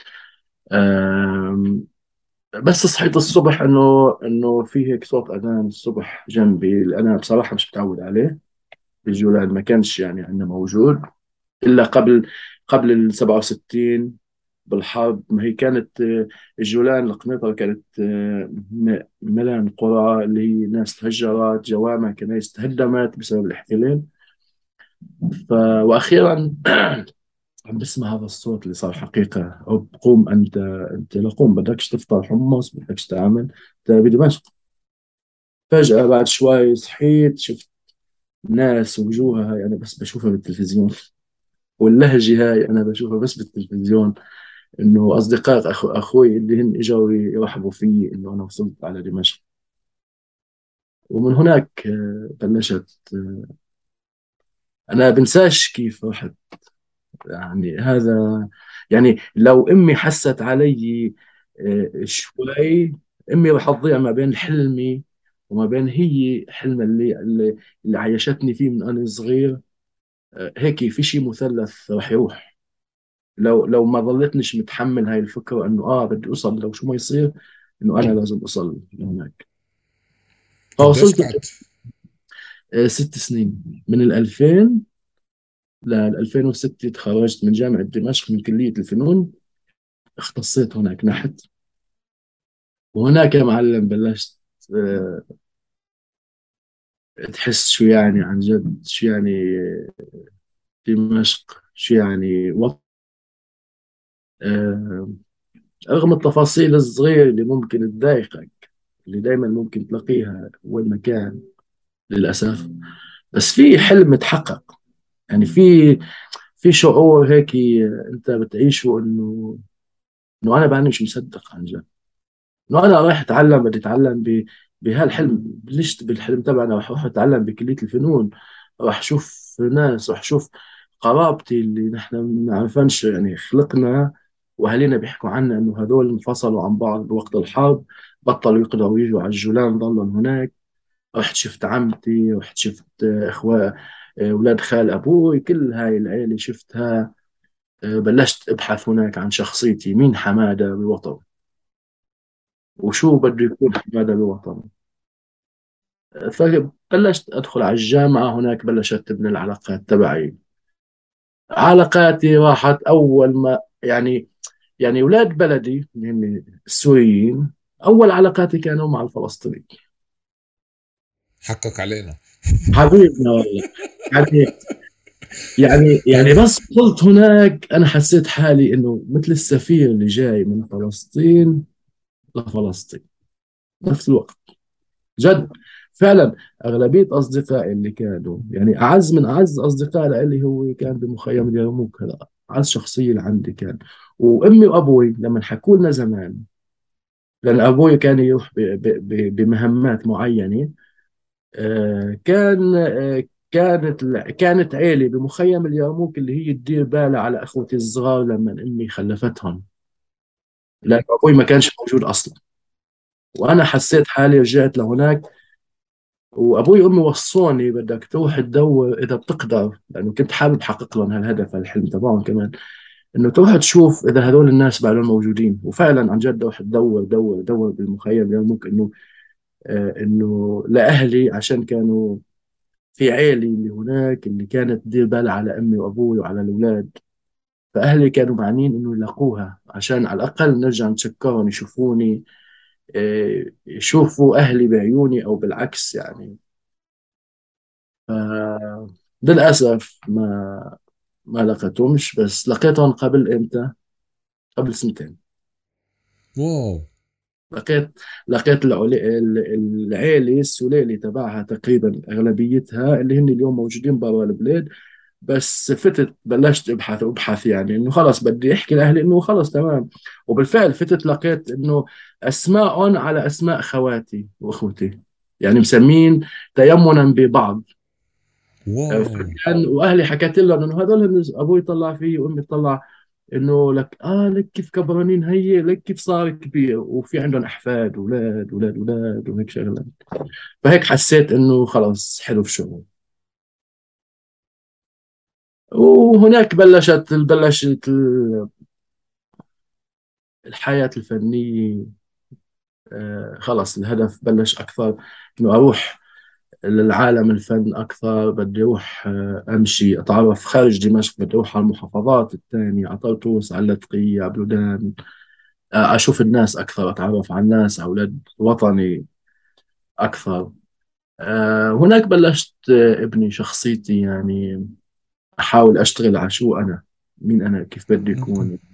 آه بس صحيت الصبح إنه إنه في هيك صوت أذان الصبح جنبي، اللي أنا بصراحة مش متعود عليه. بالجولان ما كانش يعني عندنا موجود إلا قبل قبل ال سبعة وستين بالحرب. ما هي كانت آه، الجولان القنيطرة كانت آه، م- ملان قرى اللي هي ناس تهجرت، جوامع كنايس تهدمت بسبب الاحتلال. ف... وأخيرا عم بسمع هذا الصوت اللي صار حقيقة. أو قوم أنت، أنت لقوم بدكش تفطر حمص، بدكش تعمل، أنت بدمشق. فجأة بعد شوي صحيت، شفت ناس وجوهها هاي أنا بس بشوفها بالتلفزيون، واللهجة هاي أنا بشوفها بس بالتلفزيون. انه اصدقاء أخو اخوي اللي هن اجوا يرحبوا فيي انه انا وصلت على دمشق. ومن هناك آه، بلشت. آه، انا بنساش كيف رحت. يعني هذا، يعني لو امي حست علي آه، شوي، امي رح تضيع ما بين حلمي وما بين هي حلم اللي اللي, اللي عيشتني فيه من انا صغير. آه، هيك في شيء مثلث راح يروح. لو لو ما ظلتنيش متحمل هاي الفكرة انه اه بدي اوصل لو شو ما يصير، انه انا لازم اوصل لهناك. قديش فوصلت. قعدت؟ آه، ست سنين، من ال ألفين ل ألفين وستة تخرجت من جامعة دمشق من كلية الفنون. اختصيت هناك نحت. وهناك يا معلم بلشت آه، تحس شو يعني عن جد، شو يعني دمشق، شو يعني وقت. آه، رغم التفاصيل الصغيرة اللي ممكن تضايقك، اللي دائما ممكن تلاقيها وين ما كان للأسف، بس في حلم تحقق. يعني في في شعور هيك انت بتعيشه، انه انه انا بعدني مش مصدق عن جد انه انا رايح اتعلم، بدي اتعلم ب... بهالحلم. بلشت بالحلم تبعنا، راح اروح اتعلم بكلية الفنون، راح اشوف ناس، راح اشوف قرابتي اللي نحن ما نعرفنش، يعني خلقنا واهالينا بيحكوا عنا انه هذول انفصلوا عن بعض بوقت الحرب، بطلوا يقدروا يجوا على الجولان، ضلوا هناك. رحت شفت عمتي، رحت شفت آه، اخوة آه، اولاد خال ابوي، كل هاي العيلة شفتها. آه، بلشت ابحث هناك عن شخصيتي، مين حمادة بوطن، وشو بده يكون حمادة بوطن. فبلشت أدخل على الجامعة، هناك بلشت تبني العلاقات تبعي. علاقاتي راحت أول ما يعني، يعني أولاد بلدي اللي هم السوريين، أول علاقاتي كانوا مع الفلسطينيين. حقك علينا. حبيبنا والله. يعني يعني يعني طب بس وصلت هناك أنا حسيت حالي إنه مثل السفير اللي جاي من فلسطين لفلسطين نفس الوقت. جد فعلا. أغلبية أصدقائي اللي كانوا يعني أعز من أعز أصدقائي اللي هو كان بمخيم اليرموك، هذا أعز شخصية اللي عندي كان. وأمي وأبوي لما حكوا لنا زمان، لأن أبوي كان يروح ب- ب- ب- بمهمات معينة. آه، كان آه، كانت كانت عيلة بمخيم اليرموك اللي هي تدير بالها على أخوتي الصغار لما أمي خلفتهم، لأن أبوي ما كانش موجود أصلا. وأنا حسيت حالي رجعت لهناك، وابوي وامي وصوني بدك تروح تدور اذا بتقدر، لانه كنت حابب احقق لهم هالهدف، الحلم تبعهم كمان، انه تروح تشوف اذا هذول الناس بعدهم موجودين. وفعلا عن جد روح تدور دور دور بالمخيم يومك، انه آه انه لاهلي، عشان كانوا في عيلي اللي هناك اللي كانت تدير بالها على امي وابوي وعلى الاولاد. فاهلي كانوا معنيين انه يلاقوها، عشان على الاقل نرجع نتشكرهم، يشوفوني، آه يشوفوا اهلي بعيوني او بالعكس يعني. ف للأسف ما ما لقيتهمش، بس لقيتهم قبل إمتى؟ قبل سنتين. واو. لقيت لقيت العلي... ال- العيلة السلالي تبعها تقريبا أغلبيتها اللي هن اليوم موجودين برا البلاد. بس فتت بلشت ابحث وابحث، يعني انه خلص بدي احكي لاهلي انه خلص تمام. وبالفعل فتت لقيت انه اسماء على اسماء خواتي واخوتي، يعني مسمين تيمنا ببعض. واو. فكان واهلي حكيت لهم انه هذول هن ابوي طلع فيه وامي طلع، انه لك اه لك كيف كبرانين، هي لك كيف صار كبير وفي عندهم احفاد، اولاد اولاد اولاد وهيك شغله. فهيك حسيت انه خلص حلو الشغل. وهناك بلشت بلشت الحياه الفنيه. آه خلص الهدف بلش اكثر، انه اروح للعالم الفن أكثر. بدي أروح آه، أمشي أتعرف خارج دمشق، بدي أروح على المحافظات الثانية، على طرطوس، على اللاذقية، على بلودان. آه، أشوف الناس أكثر، أتعرف على الناس، على أولاد وطني أكثر. آه، هناك بلشت آه، ابني شخصيتي، يعني أحاول أشتغل على شو أنا، مين أنا، كيف بدي اوكي. أكون.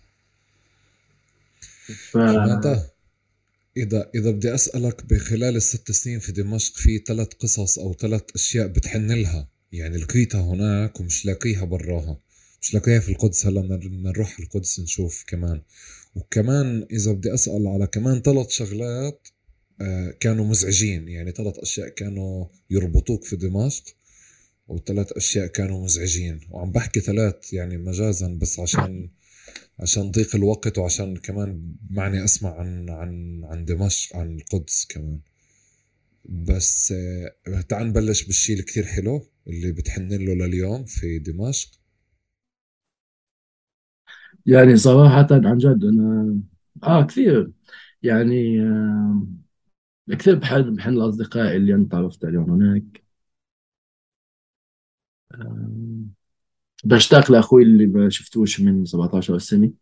ف حمادة، إذا إذا بدي أسألك، بخلال الست سنين في دمشق في ثلاث قصص أو ثلاث أشياء بتحن لها، يعني لقيتها هناك ومش لاقيها براها، مش لاقيها في القدس، هلا بدنا بدنا نروح القدس نشوف كمان. وكمان إذا بدي أسأل على كمان ثلاث شغلات آه، كانوا مزعجين، يعني ثلاث أشياء كانوا يربطوك في دمشق، وثلاث أشياء كانوا مزعجين. وعم بحكي ثلاث يعني مجازا، بس عشان عشان ضيق الوقت، وعشان كمان معني أسمع عن عن عن دمشق، عن القدس كمان. بس آه، تعال نبلش بالشي اللي كتير حلو. اللي بتحن له لليوم في دمشق؟ يعني صراحة عن جد أنا آه كثير. يعني آه كثير بحب بحن الأصدقاء اللي أنا تعرفت عليهم هناك. آه بشتاق لأخوي اللي ما شفتوش من سبعتاشر سنة.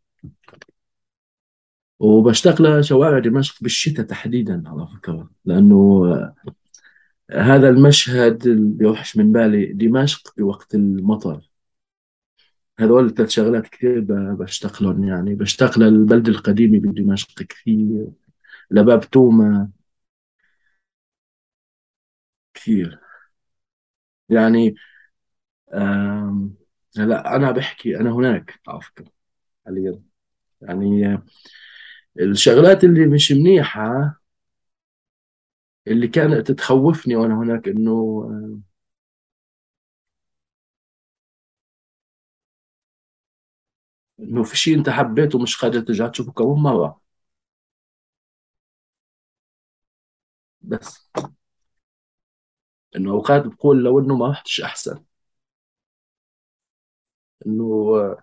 وبشتاق لشوارع دمشق بالشتاء تحديدا على فكرة، لأنه آه، هذا المشهد اللي بيوحش من بالي دمشق بوقت المطر. هذول الثلاث شغلات كثير ب- بشتاق لهم. يعني بشتاق للبلد القديمة بدمشق كثير، لباب توما كثير. يعني آم، هلا أنا بحكي أنا هناك على فكرة حاليا. يعني آه، الشغلات اللي مش منيحة اللي كانت تخوفني وأنا هناك إنه آه، إنه في شيء أنت حبيته مش قادر ترجع تشوفه كمان مرة. بس إنه أوقات بقول لو إنه ما رحتش أحسن. إنه آه،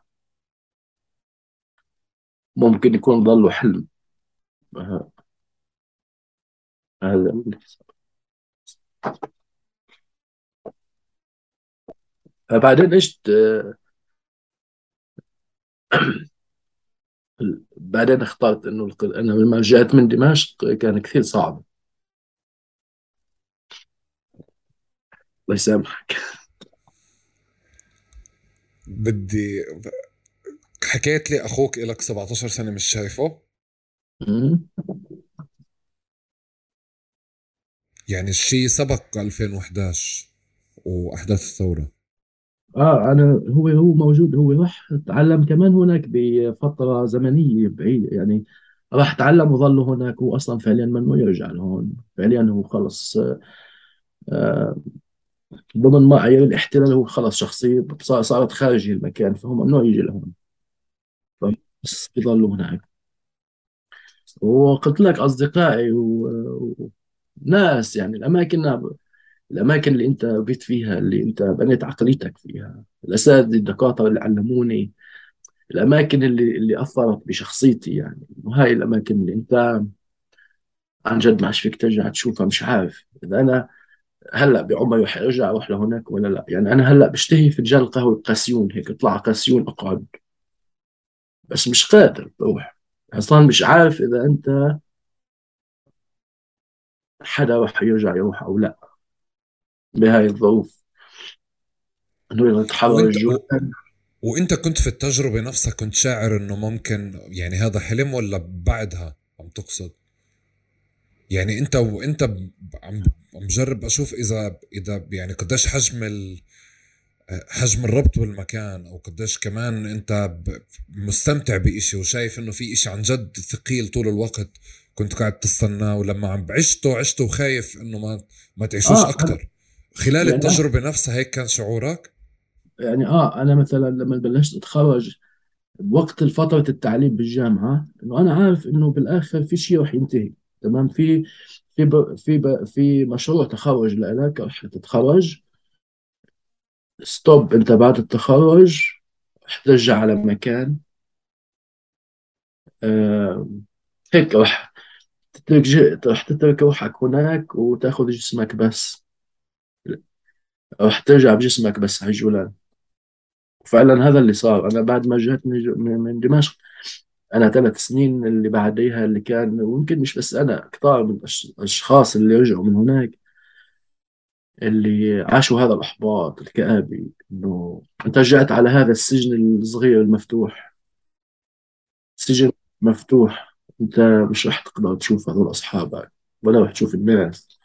ممكن يكون ضله حلم. آه، هذا اللي بعدين ايش آه، بعدين اخترت انه الق- انا لما رجعت من دمشق كان كثير صعب. الله يسامحك. بدي حكيت لي اخوك إلك سبعتاشر سنة مش شايفه. أمم. يعني الشيء سبق ألفين وإحداش واحداث الثورة. اه انا هو هو موجود. هو راح تعلم كمان هناك بفتره زمنيه بعيده يعني. راح تعلم وظل هناك. هو اصلا فعليا منه يرجع لهون. فعليا هو خلص آه ضمن معايير الاحتلال. هو خلص شخصيه صار- صارت خارج المكان، فهو ممنوع يجي لهون. بس بيضلوا هناك. وقلت لك اصدقائي و- وناس يعني الاماكن. الأماكن اللي أنت بيت فيها، اللي أنت بنيت عقليتك فيها، الأساتذة الدكاترة اللي علموني، الأماكن اللي اللي أثرت بشخصيتي. يعني وهاي الأماكن اللي أنت عن جد ما عادش فيك ترجع تشوفها. مش عارف إذا أنا هلا بعمري رح أرجع أروح لهناك ولا لا. يعني أنا هلا بشتهي فنجان القهوة بقاسيون، هيك اطلع على قاسيون أقعد. بس مش قادر بروح. أصلا مش عارف إذا أنت حدا رح يرجع يروح أو لا بهاي الظروف. إنه يتحرر وانت الجول. و... وانت كنت في التجربة نفسها كنت شاعر انه ممكن يعني هذا حلم، ولا بعدها عم تقصد؟ يعني انت وانت ب- عم عم بجرب اشوف اذا اذا يعني قديش حجم ال... حجم الربط بالمكان، او قديش كمان انت ب... مستمتع بإشي وشايف انه في إشي عن جد ثقيل طول الوقت كنت قاعد تستناه، ولما عم بعشته عشته وخايف انه ما ما تعيشوش آه أنا- اكتر. خلال يعني آه التجربة نفسها هيك كان شعورك؟ يعني اه انا مثلا لما بلشت اتخرج بوقت فترة التعليم بالجامعة، انه انا عارف انه بالاخر في شيء رح ينتهي. تمام. في في ب في ب في مشروع تخرج لك رح تتخرج. ستوب. انت بعد التخرج رح ترجع على مكان. آه هيك رح تترك ج- رح تترك روحك هناك وتاخذ جسمك بس. رح ترجع بجسمك بس على الجولان. وفعلا هذا اللي صار. انا بعد ما رجعت من من من دمشق، انا ثلاث سنين اللي بعديها اللي كان، ويمكن مش بس انا، كثار من الأش- الاشخاص اللي رجعوا من هناك اللي عاشوا هذا الاحباط الكآبي. انه انت رجعت على هذا السجن الصغير المفتوح. سجن مفتوح. انت مش رح تقدر تشوف هذول اصحابك ولا رح تشوف الناس.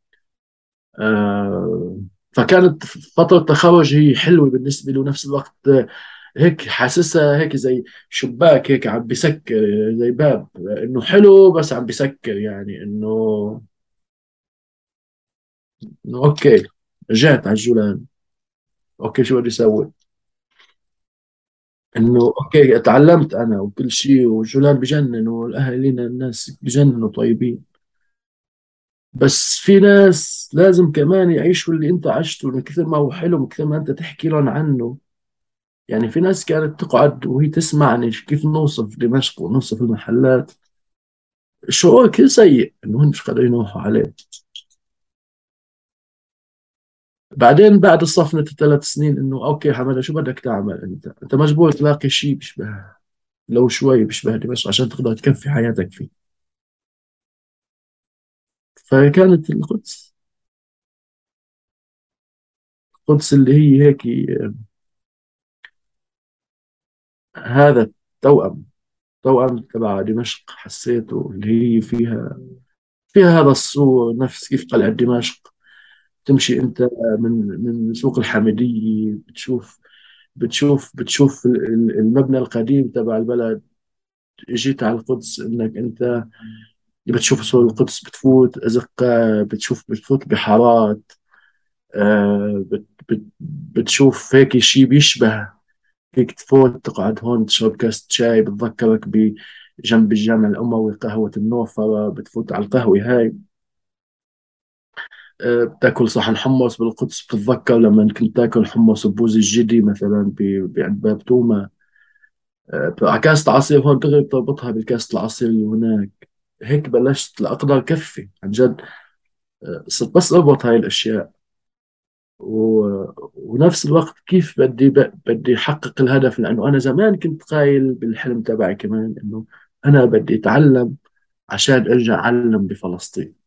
آه فكانت فترة التخرج هي حلوة بالنسبة له. نفس الوقت آه، هيك حاسسها هيك زي شباك هيك عم بسكر، زي باب انه حلو بس عم بسكر. يعني انه انه اوكي رجعت على الجولان. اوكي شو بدي اسوي؟ انه اوكي تعلمت انا وكل شيء، والجولان بجنن والاهالينا الناس بجننوا طيبين. بس في ناس لازم كمان يعيشوا اللي انت عشته، من كثر ما هو حلو، من كثر ما انت تحكي لهم عنه. يعني في ناس كانت تقعد وهي تسمعني كيف نوصف دمشق ونوصف المحلات، الشعور كثير سيء انه هن مش قادرين يروحوا عليه. بعدين بعد الصفنة الثلاث سنين انه اوكي حماده شو بدك تعمل، انت انت مجبور تلاقي شيء بيشبه، لو شوي بيشبه دمشق عشان تقدر تكفي حياتك فيه. فكانت القدس، القدس اللي هي هيك هذا التوأم، توأم تبع دمشق، حسيته اللي هي فيها، فيها هذا السور نفس كيف قلعة دمشق. تمشي انت من من سوق الحميدية، بتشوف بتشوف بتشوف ال- ال- المبنى القديم تبع البلد. جيت على القدس انك انت بتشوف سور القدس، بتفوت أزقة، بتشوف بتفوت بحارات، آه، بت بت بتشوف هيك شيء بيشبه، فيك تفوت تقعد هون تشرب كاس شاي بتذكرك بجنب الجامع الأموي قهوة النوفرة، بتفوت على القهوة هاي. آه، بتاكل صحن حمص بالقدس، بتتذكر لما كنت تاكل حمص ببوز الجدي مثلا ب- بعند باب توما. آه، على كاسة عصير هون دغري بتربطها بالكاسة العصير اللي هناك. هيك بلشت لأقدر كفي عن جد. آه، صرت بس اربط هاي الاشياء، و... ونفس الوقت كيف بدي ب... بدي احقق الهدف، لانه انا زمان كنت قايل بالحلم تبعي كمان انه انا بدي اتعلم عشان ارجع اعلم بفلسطين.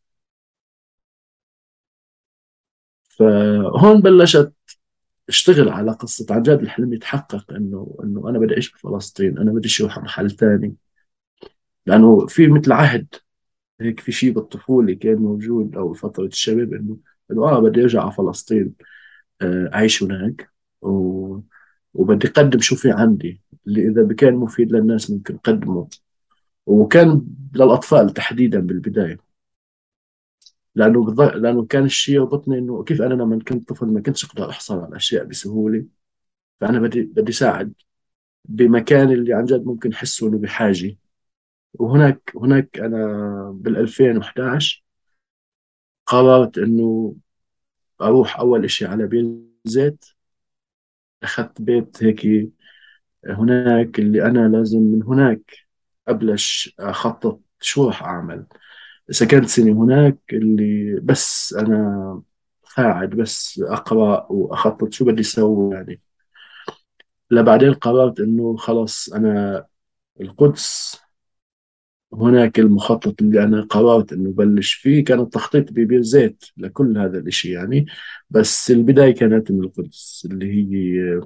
فهون بلشت اشتغل على قصة عن جد الحلم يتحقق، انه انه انا بدي اعيش بفلسطين، انا بدي اروح محل ثاني. لانه في مثل عهد هيك، في شيء بالطفولة كان موجود او فترة الشباب، انه انه اه بدي ارجع على فلسطين، آه، أعيش هناك، و... وبدي أقدم شو في عندي اللي إذا كان مفيد للناس ممكن أقدمه. وكان للأطفال تحديدا بالبداية، لأنه بض... لأنه كان الشيء يربطني إنه كيف أنا لما كنت طفل ما كنتش أقدر أحصل على الأشياء بسهولة، فأنا بدي بدي ساعد بمكان اللي عن جد ممكن يحسوا إنه بحاجة. وهناك هناك أنا بال ألفين وإحدى عشر قررت إنه أروح أول إشي على بير زيت. أخذت بيت هيك هناك، اللي أنا لازم من هناك أبلش أخطط شو راح أعمل. سكنت سنة هناك اللي بس أنا قاعد بس أقرأ وأخطط شو بدي أسوي يعني. لبعدين قررت إنه خلص أنا القدس، هناك المخطط اللي أنا قررت إنه بلش فيه كان التخطيط ببير زيت لكل هذا الإشي يعني. بس البداية كانت من القدس اللي هي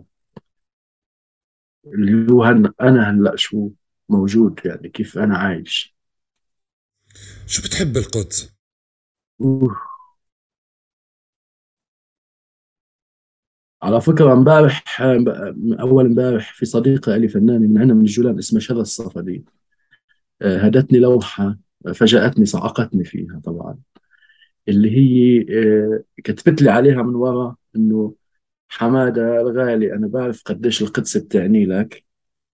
اللي هو هن أنا هلأ شو موجود، يعني كيف أنا عايش. شو بتحب بالقدس؟ أوه. على فكرة امبارح، أول امبارح في صديقة لي فنانة من عنا من الجولان اسمها شذى الصفدي، آه، هدتني لوحة، فاجأتني صعقتني فيها طبعا. اللي هي آه، كتبت لي عليها من ورا إنه حمادة الغالي أنا بعرف قديش القدس بتعني لك.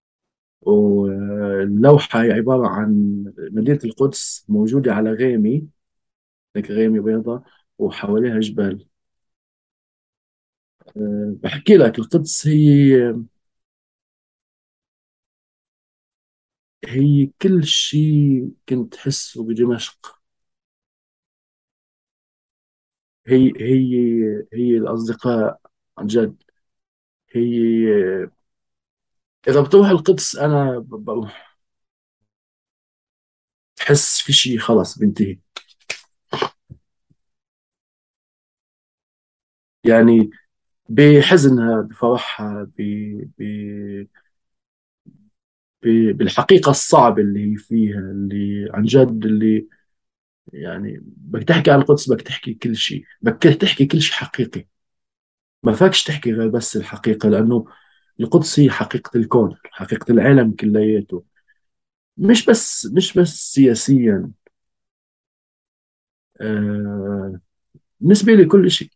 واللوحة هي عبارة عن مدينة القدس موجودة على غيمي، هيك غيمي بيضاء وحواليها جبال. أه بحكي لك القدس هي هي كل شيء كنت حسه بدمشق. هي هي هي الأصدقاء عن جد. هي إذا بتروح القدس أنا ب- بروح، تحس في شيء خلاص بينتهي يعني، بحزنها بفرحها ب... ب... ب... بالحقيقة الصعبة اللي هي فيها، اللي عن جد اللي يعني بدك تحكي عن القدس بدك تحكي كل شيء، بدك تحكي كل شيء حقيقي. ما فاكش تحكي غير بس الحقيقة، لأنه القدس هي حقيقة الكون، حقيقة العالم كلياته. مش بس مش بس سياسيا، آه بالنسبة لي كل شيء.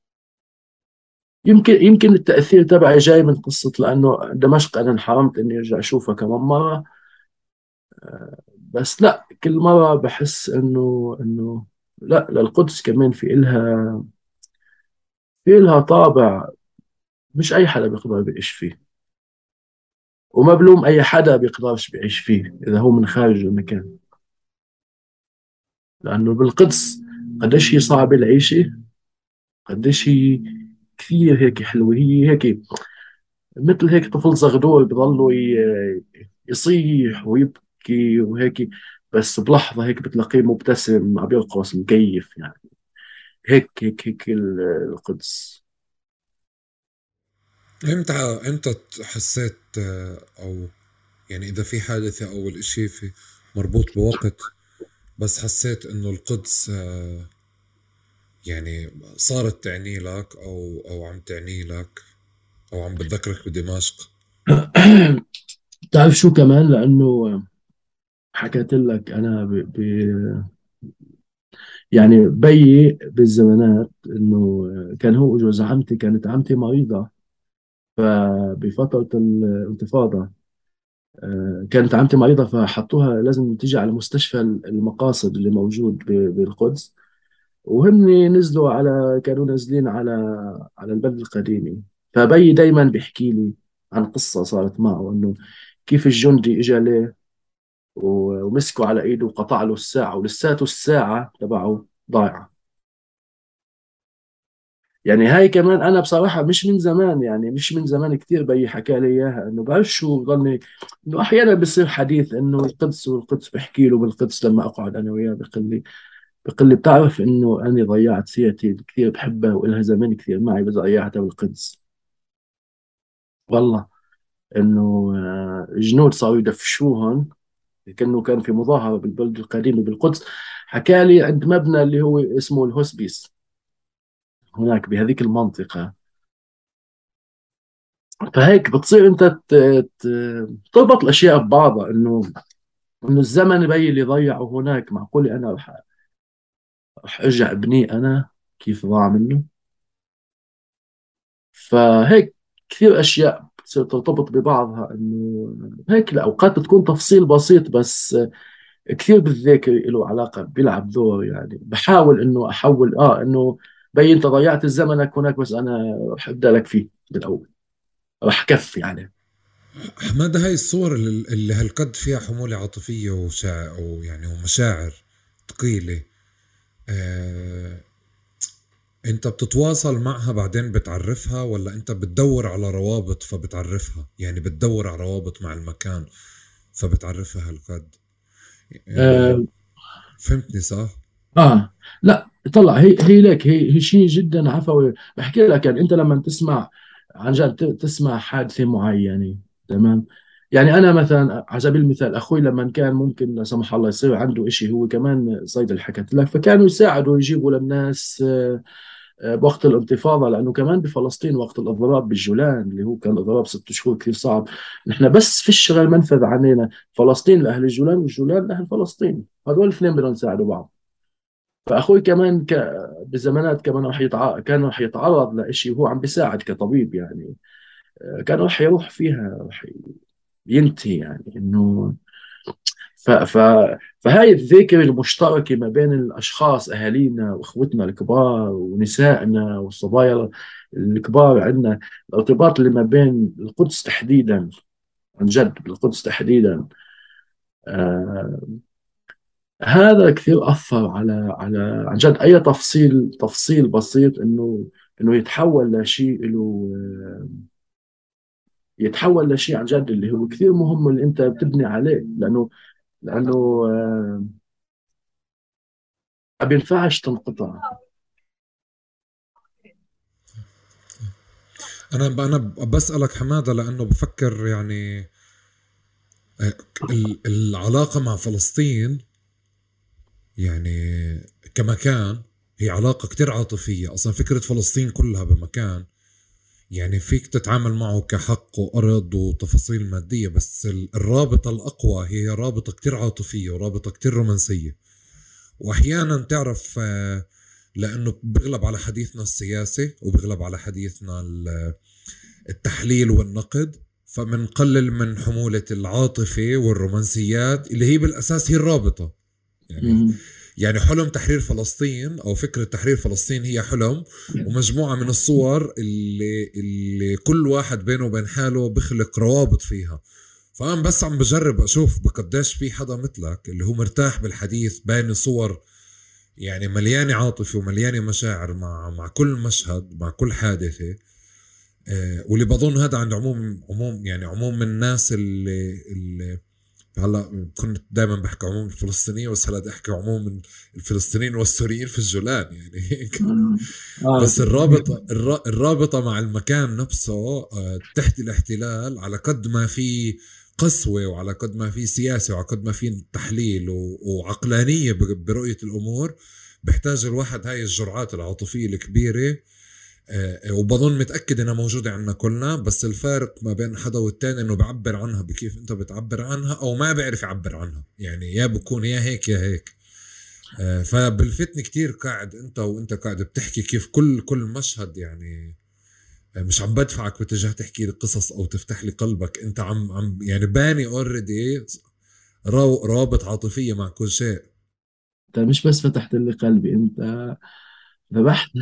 يمكن يمكن التأثير تبعي جاي من قصة، لأنه دمشق أنا انحرمت إني أرجع أشوفها كمان مرة. بس لا، كل مرة بحس إنه إنه لا للقدس كمان في إلها في إلها طابع مش أي حدا بيقدر بيعيش فيه، وما بلوم أي حدا بيقدرش بيعيش فيه إذا هو من خارج المكان. لأنه بالقدس قديش هي صعبة العيشة، قديش هي كثير هيك حلوة، هي هيك مثل هيك طفل صغدور بضله ي- يصيح ويبكي وهيك، بس بلحظة هيك بتلاقيه مبتسم عم يرقص مكيف يعني. هيك هيك هيك ال- القدس. امتى امتى حسيت آه، او يعني اذا في حادثة او الاشي في مربوط بوقت، بس حسيت انه القدس آه، يعني صارت تعني لك او او عم تعني لك او عم بتذكرك بدمشق؟ تعرف شو كمان؟ لأنه حكيت لك أنا ب... ب... يعني بيي بالزمانات إنه كان هو جوز عمتي، كانت عمتي مريضة فبفترة الانتفاضة. آه، كانت عمتي مريضة فحطوها لازم تيجي على مستشفى المقاصد اللي موجود ب- بالقدس. وهم نزلوا على كانوا نازلين على على البلد القديمة. فبي دايما بيحكي لي عن قصة صارت معه، انه كيف الجندي اجى له و- ومسكه على ايده وقطع له الساعة، ولساته الساعة تبعه ضايعة. يعني هاي كمان انا بصراحة مش من زمان، يعني مش من زمان كثير بي حكى لي اياها، انه بعرف شو ضلني، انه احيانا بصير حديث انه القدس، والقدس بحكي له بالقدس لما اقعد انا وياه بقول لي بقول لي بتعرف انه انا ضيعت سيرتي اللي كثير بحبها والها زمان كثير معي بس ضيعتها بالقدس. والله انه آه، الجنود صاروا يدفشوهم، كانه كان في مظاهرة بالبلد القديم بالقدس. حكى لي عند مبنى اللي هو اسمه الهوسبيس هناك بهذيك المنطقة. فهيك بتصير انت ت- ت- تربط الاشياء ببعضها، انه انه الزمن بي اللي ضيعه هناك معقول انا رح رح ارجع ابنيه انا كيف ضاع منه. فهيك كثير اشياء بتصير ترتبط ببعضها، انه هيك لاوقات بتكون تفصيل بسيط بس كثير بالذاكرة له علاقة، بيلعب دور. يعني بحاول انه احول اه انه بي انت ضيعت زمنك هناك بس انا رح ابدا لك فيه بالاول، رح كفي عليه. حماده، هاي الصور اللي, اللي هالقد فيها حمولة عاطفية وشاع او يعني ومشاعر ثقيلة، آه، انت بتتواصل معها بعدين بتعرفها، ولا انت بتدور على روابط فبتعرفها؟ يعني بتدور على روابط مع المكان فبتعرفها هالقد؟ يعني آه, فهمتني صح؟ اه لا طلع هي هي لك هي هي شيء جدا عفوي. بحكي لك يعني انت لما تسمع عن جد ت- تسمع حادثة معينة، تمام؟ يعني انا مثلا على سبيل المثال اخوي لما كان ممكن لا سمح الله يصير عنده إشي، هو كمان صيدلي حكيت لك، فكانوا يساعدوا يجيبوا للناس آه، آه، بوقت الانتفاضة، لأنه كمان بفلسطين وقت الإضراب بالجولان اللي هو كان إضراب ست شهور كثير صعب، نحن بس فيش غير منفذ عنينا فلسطين لأهل الجولان والجولان لأهل فلسطين، هذول الاثنين بدهم يساعدوا بعض. فأخوي كمان ك... بزمانات كمان راح يتع... كان راح يتعرض لإشي وهو عم بيساعد كطبيب يعني. آه، كان راح يروح فيها، راح ينتهي يعني إنه ف... ف... فهاي الذاكرة المشتركة ما بين الأشخاص أهالينا وإخوتنا الكبار ونسائنا والصبايا الكبار عندنا، الارتباط اللي ما بين القدس تحديدا، عن جد بالقدس تحديدا، آه هذا كثير أثر على على عن جد أي تفصيل تفصيل بسيط إنه إنه يتحول لشيء له آه، يتحول لشيء عن جد اللي هو كثير مهم اللي أنت بتبني عليه، لأنه لأنه آه ما بينفعش تنقطع. انا انا بسألك حمادة لانه بفكر يعني آه، ال- العلاقة مع فلسطين يعني كمكان هي علاقة كتير عاطفية. اصلا فكرة فلسطين كلها بمكان يعني فيك تتعامل معه كحق وأرض وتفاصيل مادية، بس ال- الرابطة الأقوى هي رابطة كتير عاطفية ورابطة كتير رومانسية. وأحيانا تعرف آه، لأنه بغلب على حديثنا السياسي وبغلب على حديثنا ال- التحليل والنقد، فمنقلل من حمولة العاطفة والرومانسيات اللي هي بالأساس هي الرابطة يعني. مم. يعني حلم تحرير فلسطين أو فكرة تحرير فلسطين هي حلم ومجموعة من الصور اللي, اللي كل واحد بينه وبين حاله بخلق روابط فيها. فأنا بس عم بجرب أشوف بقديش في حدا مثلك اللي هو مرتاح بالحديث بين صور يعني مليانة عاطفة ومليانة مشاعر مع مع كل مشهد مع كل حادثة. آه واللي بظن هذا عند عموم عموم يعني عموم الناس اللي, اللي هلا كنت دائما بحكي عموم الفلسطينيين بس هلا بدي احكي عموم الفلسطينيين والسوريين في الجولان يعني هيك. اه بس الرابطة الرابطة مع المكان نفسه آه تحت الاحتلال على قد ما في قسوة وعلى قد ما في سياسة وعلى قد ما في تحليل وعقلانية برؤية الأمور بيحتاج الواحد هاي الجرعات العاطفية الكبيرة. آه وبظن متأكد انها موجودة عندنا كلنا بس الفارق ما بين حدا والتاني انه بعبر عنها بكيف انت بتعبر عنها او ما بيعرف يعبر عنها يعني يا بكون يا هيك يا هيك. آه فبالفتني كتير قاعد انت وانت قاعد بتحكي كيف كل كل مشهد يعني مش عم بدفعك باتجاه تحكي لي قصص او تفتح لي قلبك انت عم عم يعني باني اوريدي رابط عاطفية مع كل شيء. انت مش بس فتحت لي قلبي، انت ذبحت.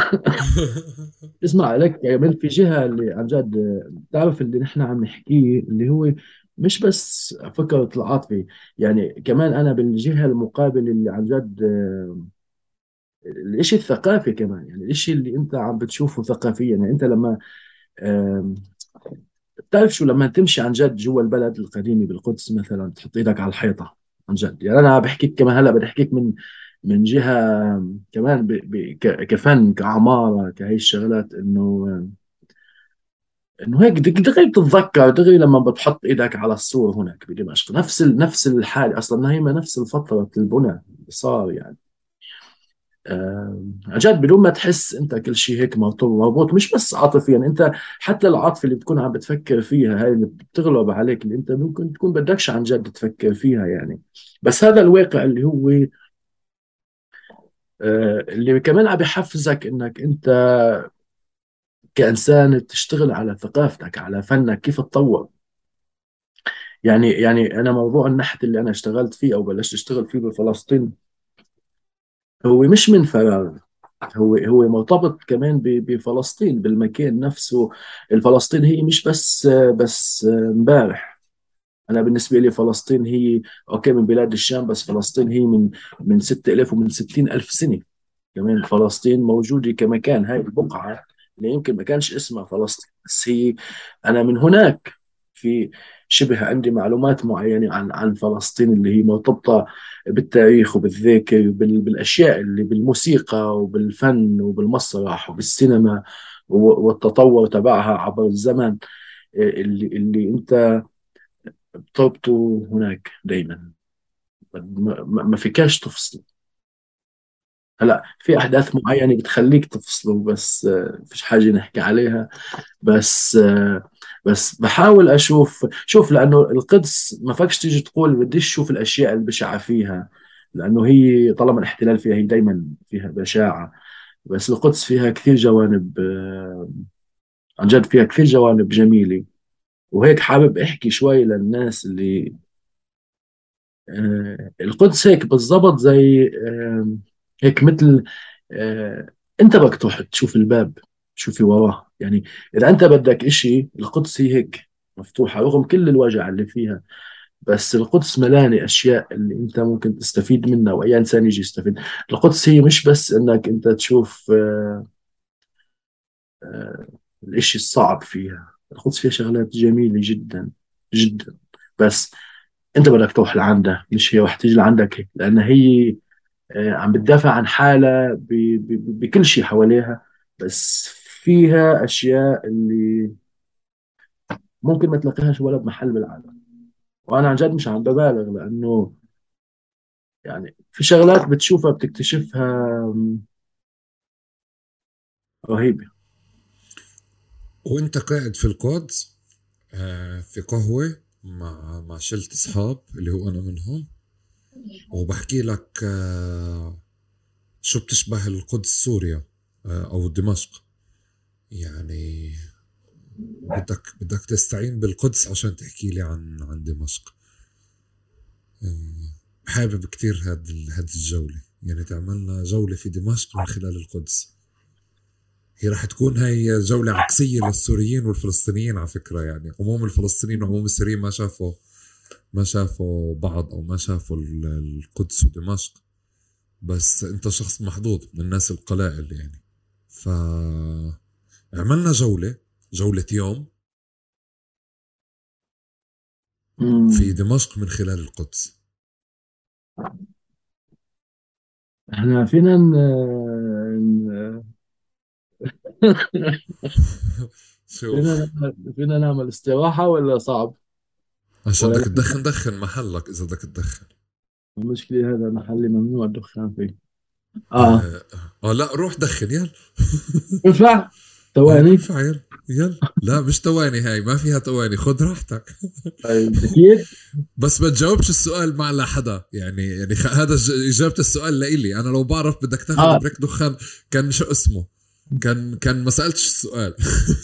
اسمع لك كمان في جهة اللي عن جد بتعرف اللي نحن عم نحكيه اللي هو مش بس فكرة العاطفة، يعني كمان أنا بالجهة المقابل اللي عن جد آه، الإشي الثقافي كمان، يعني الإشي اللي أنت عم بتشوفه ثقافيا. يعني أنت لما آم، بتعرف شو لما تمشي عن جد جوا البلد القديمة بالقدس مثلا تحط إيدك على الحيطة عن جد. يعني أنا بحكيك كمان هلا بدي أحكيك من من جهة كمان ب... ب... ك- كفن كعمارة كهي الشغلات، إنه انه هيك دغ- دغري بتتذكر دغري لما بتحط ايدك على السور هناك بدمشق، نفس ال... نفس الحاله اصلا، هي ما نفس الفتره البناء اللي صار يعني. آه... عن جد بدون ما تحس انت كل شيء هيك مرتبط مربوط، مش بس عاطفيا يعني انت حتى العاطفه اللي بتكون عم بتفكر فيها هاي اللي بتغلب عليك اللي انت ممكن تكون بدكش عن جد تفكر فيها يعني. بس هذا الواقع اللي هو آه... اللي كمان عم بيحفزك انك انت كإنسان تشتغل على ثقافتك على فنك كيف تطور. يعني يعني انا موضوع النحت اللي انا اشتغلت فيه او بلشت اشتغل فيه بفلسطين هو مش من فراغ، هو هو مرتبط كمان ب- بفلسطين بالمكان نفسه. الفلسطين هي مش بس بس امبارح. انا بالنسبه لي فلسطين هي اوكي من بلاد الشام، بس فلسطين هي من من ستة آلاف ومن ستين ألف سنه. كمان فلسطين موجوده كمكان، هاي البقعه اللي يمكن ما كانش اسمها فلسطين بس هي انا من هناك. في شبه عندي معلومات معينة عن عن فلسطين اللي هي مرتبطة بالتاريخ وبالذاكر وبالأشياء اللي بالموسيقى وبالفن وبالمسرح وبالسينما و- والتطور تبعها عبر الزمن، اللي, اللي أنت بتربطه هناك دايما. ما, ما ما فيكاش تفصل. هلا في أحداث معينة بتخليك تفصله بس آه، فيش حاجة نحكي عليها. بس آه، بس بحاول اشوف شوف لانه القدس ما فيكش تيجي تقول بديش اشوف الاشياء البشعه فيها، لانه هي طالما الاحتلال فيها هي دائما فيها بشاعه. بس القدس فيها كثير جوانب آه، عن جد فيها كثير جوانب جميله. وهيك حابب احكي شوي للناس اللي آه، القدس هيك بالضبط زي آه، هيك مثل آه، انت بدك تروح تشوف الباب شوفي وراه يعني. اذا انت بدك اشي القدس هي هيك مفتوحة رغم كل الوجع اللي فيها، بس القدس ملانة اشياء اللي انت ممكن تستفيد منها واي انسان يجي يستفيد. القدس هي مش بس انك انت تشوف آه، آه، الاشي الصعب فيها. القدس فيها شغلات جميلة جدا جدا، بس انت بدك تروح لعندها مش هي رح تيجي لعندك هيك، لان هي آه، عم بتدافع عن حالها ب- ب- بكل شيء حواليها. بس فيها اشياء اللي ممكن ما تلاقيهاش ولا بمحل بالعالم. وانا عن جد مش عم ببالغ، لانه يعني في شغلات بتشوفها بتكتشفها م، رهيبة. وانت قاعد في القدس آه في قهوة مع مع شلة اصحاب اللي هو انا منهم وبحكي لك آه شو بتشبه القدس سوريا آه او دمشق يعني بدك بدك تستعين بالقدس عشان تحكي لي عن عن دمشق. حابب كتير هاد ال- هاد الجولة، يعني تعملنا جولة في دمشق من خلال القدس. هي راح تكون هاي جولة عكسية للسوريين والفلسطينيين على فكرة، يعني عموم الفلسطينيين وعموم السوريين ما شافوا ما شافوا بعض أو ما شافوا ال- القدس ودمشق، بس أنت شخص محظوظ من الناس القلائل يعني. فعملنا جولة جولة يوم في مم. دمشق من خلال القدس. احنا فينا ن... ن- فينا شوف، نعمل- فينا نعمل استراحة ولا صعب؟ عشان ولا بدك لازم- تدخن دخن محلك إذا بدك تدخن. المشكلة هذا محلي ممنوع الدخان فيه. اه آه, آه لا روح دخن يلا. ينفع آه ثواني. بنفع يلا يلا. لا مش تواني، هاي ما فيها تواني، خد راحتك. طيب اكيد. بس ما تجاوبش السؤال مع لحدا يعني، يعني خ- هذا ج- إجابة السؤال لإلي أنا. لو بعرف بدك تاخذ اه, بريك دخان كان شو اسمه، كان كان ما سألتش السؤال.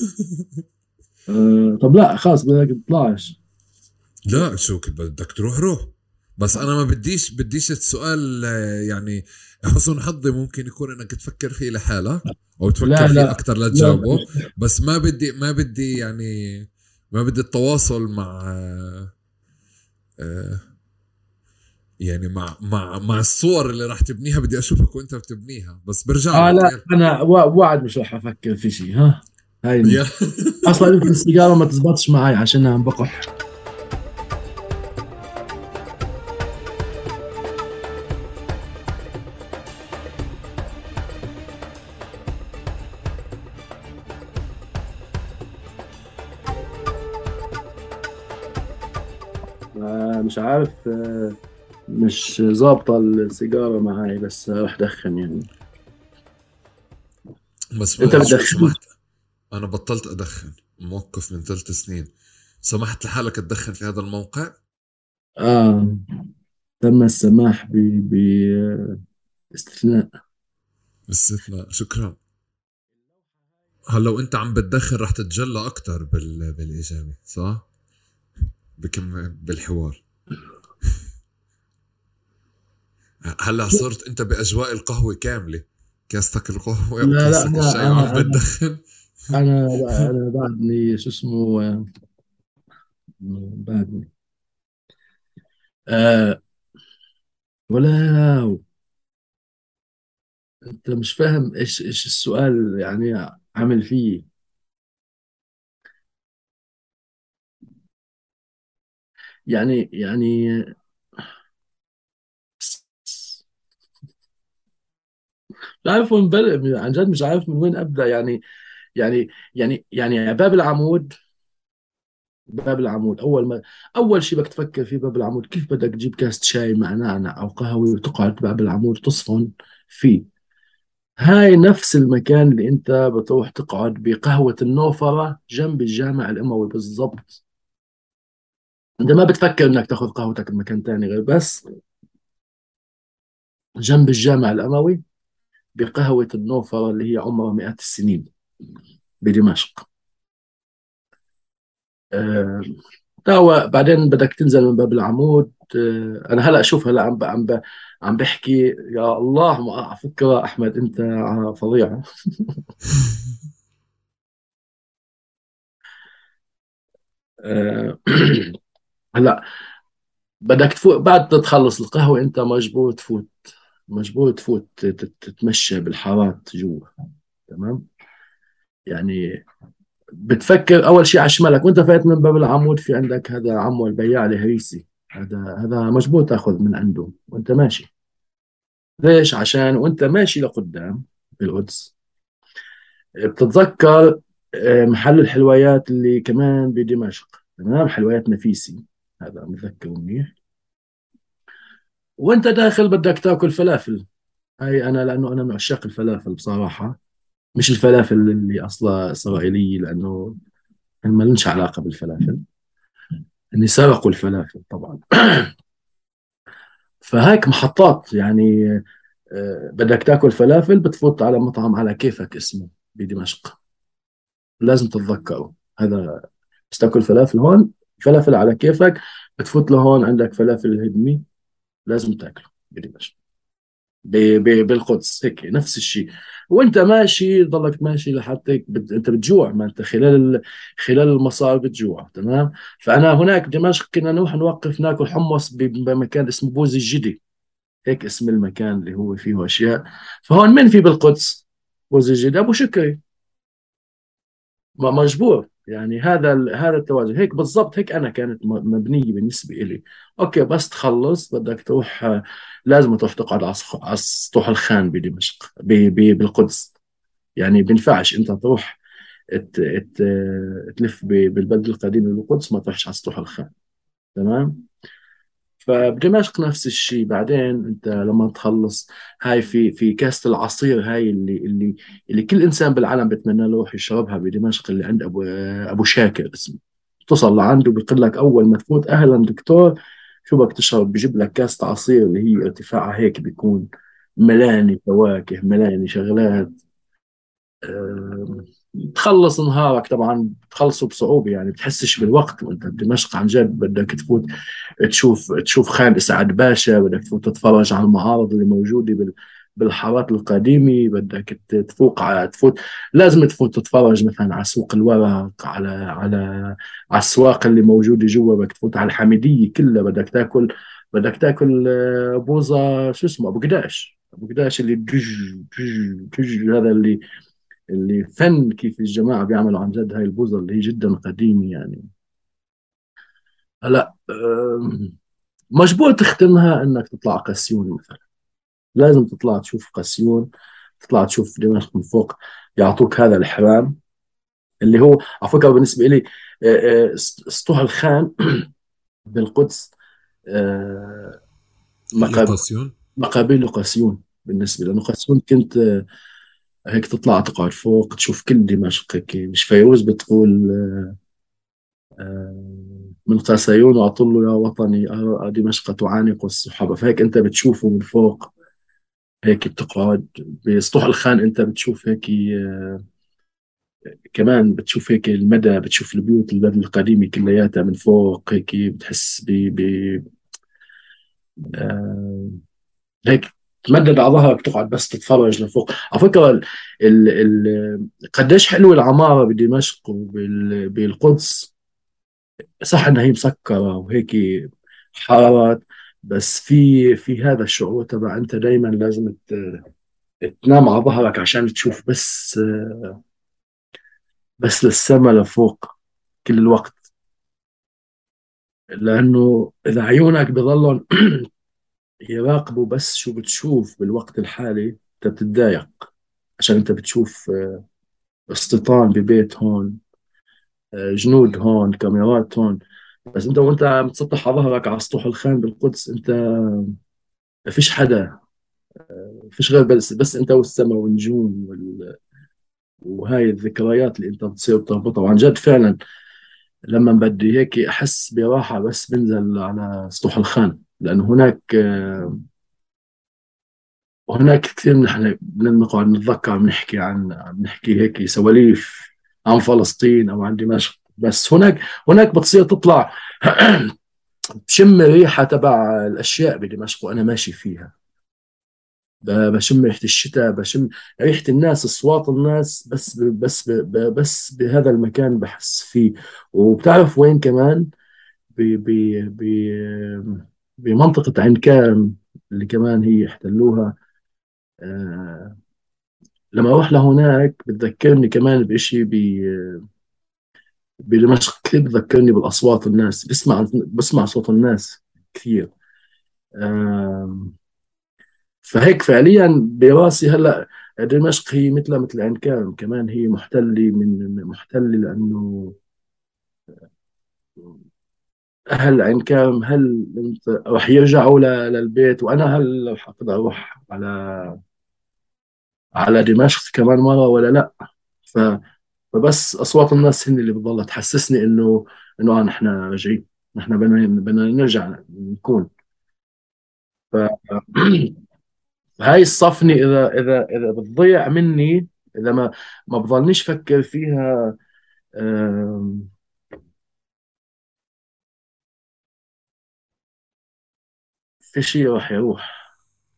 آه. طب لا خلاص بدك تطلعش. لا شو ك- بدك تروح روح، بس أنا ما بديش بديش السؤال آه، يعني حسن حظي ممكن يكون إنك تفكر فيه لحالك أو لا تفكر فيه لا أكتر لا لا تجاوبه. بس ما بدي ما بدي يعني ما بدي التواصل مع آه، آه، يعني مع مع مع الصور اللي راح تبنيها بدي اشوفك وانت بتبنيها، بس برجع اه لك لا يلا. انا وا- وعد مش راح افكر في شيء. ها هاي يلا. اصلا يمكن السيجاره ما تزبطش معي عشان عم بقح. آه مش عارف. آه مش ظابطه السيجاره معي بس راح ادخن يعني. بس انت شو بتدخن؟ سمحت، انا بطلت ادخن، موقف من ثلاث سنين. سمحت لحالك تدخن في هذا الموقع؟ اه تم السماح ب باستثناء. استثناء، شكرا. هلا وانت عم بتدخن رح تتجلى اكتر بال... بالاجابه صح؟ بكم بالحوار. هلا صرت انت باجواء القهوه كامله، كاستك القهوه لا لا وكاسك انا الشاي وعم انا انا بتدخن. انا انا بعدني شو اسمه. آه، بعدني آه ولا انت مش فاهم ايش ايش السؤال يعني عامل فيه. يعني يعني مش عارف وين بل... عن جد مش عارف من وين ابدا يعني. يعني يعني يعني باب العمود. باب العمود اول ما اول شيء بدك تفكر فيه باب العمود، كيف بدك تجيب كاسة شاي مع نعناع او قهوه وتقعد باب العمود تصفن فيه. هاي نفس المكان اللي انت بتروح تقعد بقهوة النوفرة جنب الجامع الاموي بالضبط. انت ما بتفكر انك تاخذ قهوتك بمكان تاني غير بس جنب الجامع الاموي بقهوة النوفرة اللي هي عمرها مئات السنين بدمشق. آه، تاوى بعدين بدك تنزل من باب العمود. آه، انا هلا اشوف هلا عم ب- عم ب- عم بحكي يا الله ما على فكره احمد انت فظيع. آه، هلا بدك تفوت بعد تخلص القهوه انت مجبور تفوت. مجبور تفوت تت- تتمشى بالحارات جوا. تمام. يعني بتفكر اول شيء على شمالك وانت فايت من باب العمود في عندك هذا عمو البياع الهريسي. هذا هذا مجبور تاخذ من عنده وانت ماشي. ليش؟ عشان وانت ماشي لقدام بالقدس بتتذكر آه، محل الحلويات اللي كمان بدمشق. تمام. حلويات نفيسي. هذا متذكر منيح. وانت داخل بدك تاكل فلافل. هاي انا لانه انا من عشاق الفلافل بصراحة. مش الفلافل اللي اصلا اسرائيلية لانه ما لنش علاقة بالفلافل. اني سرقوا الفلافل طبعا. فهيك محطات يعني. آه، بدك تاكل فلافل بتفوت على مطعم على كيفك اسمه بدمشق. لازم تتذكره هذا. بس تاكل فلافل هون. فلافل على كيفك. بتفوت لهون عندك فلافل الهدمي لازم تاكله بدمشق. ب- ب- بالقدس هيك نفس الشيء. وانت ماشي ضلك ماشي لحتى هيك بت... انت بتجوع، ما انت خلال ال... خلال المسار بتجوع. تمام. فانا هناك بدمشق كنا نروح نوقف ناكل حمص ب- بمكان اسمه بوز الجدي، هيك اسم المكان اللي هو فيه اشياء. فهون من في بالقدس؟ بوز الجدي ابو شكري. ما مجبور يعني، هذا ال... هذا التوازن هيك بالضبط. هيك انا كانت م- مبنيه بالنسبه إلي. اوكي بس تخلص بدك تروح، آه، لازم تروح تقعد على الصخ- على سطوح الخان بدمشق ب... ب... بالقدس. يعني بينفعش انت تروح ت... ت... تلف ب... بالبلد القديم بالقدس ما تروحش على سطوح الخان. تمام. فبدمشق نفس الشيء. بعدين انت لما تخلص، هاي في في كاسة العصير هاي اللي اللي اللي كل انسان بالعالم بتمنى له يروح يشربها بدمشق، اللي عند ابو ابو شاكر اسمه. تصل لعنده بيقول لك اول ما تفوت اهلا دكتور، شو بدك تشرب؟ بيجيب لك كاسة عصير اللي هي ارتفاعها هيك بيكون ملاني فواكه، ملاني شغلات. آه، تخلص نهارك طبعا، بتخلصه بصعوبة يعني، بتحسش بالوقت وانت بدمشق. عن جد بدك تفوت تشوف تشوف خان سعد باشا، بدك تفوت تتفرج على المعارض اللي موجودة بال بالحارات القديمة، بدك ت- تفوق على تفوت. لازم تفوت تتفرج مثلا على سوق الورق، على على على السواق اللي موجودة جوا. بدك تفوت على الحميدية كلها، بدك تاكل بدك تاكل آه، بوظة شو اسمه ابو قداش. ابو قداش اللي دج دج دج، هذا اللي اللي فن كيف الجماعة بيعملوا عن جد هاي البوظة اللي هي جدا قديمة يعني. هلا أم، مجبور تختمها انك تطلع قسيون مثلا. لازم تطلع تشوف قسيون، تطلع تشوف دمشق من فوق، يعطوك هذا الحرام اللي هو على فكرة بالنسبة لي، أه، أه، سطوح الخان بالقدس، أه، هي مقاب- قاسيون. مقابل قسيون. بالنسبة لأنه قسيون كنت أه، هيك تطلع تقعد فوق تشوف كل دمشق هيك. مش فيروز بتقول آه، من قاسيون وأطل يا وطني أرى دمشق تعانق السحابة؟ فهيك أنت بتشوفه من فوق، هيك بتقعد بسطوح الخان. أنت بتشوف هيك آه، كمان بتشوف هيك المدى، بتشوف البيوت البلد القديمة كلياتها من فوق هيك. بتحس ب ب آه، هيك تمدد على ظهرك تقعد بس تتفرج لفوق. على فكرة ال ال ال قديش حلوة العمارة بدمشق وبالقدس. صح انها هي مسكره وهيك حارات، بس في في هذا الشعور تبع انت دائما لازم ت- تنام على ظهرك عشان تشوف بس بس للسما لفوق كل الوقت. لانه اذا عيونك بضلهم يراقبوا بس شو بتشوف بالوقت الحالي، انت بتتضايق عشان انت بتشوف استيطان ببيت هون، جنود هون، كاميرات هون. بس انت وانت متسطح على ظهرك على سطوح الخان بالقدس، انت ما فيش حدا، فيش غير بس بس انت والسماء والنجوم وال... وهاي الذكريات اللي انت بتصير بتربطها. وعن جد فعلا لما بدي هيك احس براحه بس بنزل على سطوح الخان، لانه هناك آه، هناك كثير نحن بنقعد نتذكر، بنحكي عن بنحكي هيك سواليف عن فلسطين او عن دمشق. بس هناك هناك بتصير تطلع بشم ريحه تبع الاشياء بدمشق وانا ماشي فيها. ب- بشم ريحة الشتاء، بشم ريحة الناس، أصوات الناس. بس ب بس ب ب بس بهذا المكان بحس فيه. وبتعرف وين كمان؟ ب ب ب بمنطقة عين كام اللي كمان هي احتلوها. آه لما أروح لهناك بتذكرني كمان بإشي ب- بدمشق كثير، بتذكرني بالأصوات الناس. بسمع بسمع صوت الناس كثير. آه فهيك فعليا براسي هلا دمشق هي مثلها مثل عين كام كمان، هي محتلة من من- محتلة لأنه أهل عين كام هل انت راح يرجعوا ل- للبيت، وأنا هل راح أقدر أروح على على دمشق كمان مرة ولا لا؟ ف فبس أصوات الناس هن اللي بتضل تحسسني إنه إنه آه نحن راجعين، نحن بدنا بدنا نرجع نكون. ف هاي الصفنة إذا إذا إذا بتضيع مني، إذا ما ما بضلنيش فكر فيها. آم، في شيء راح يروح.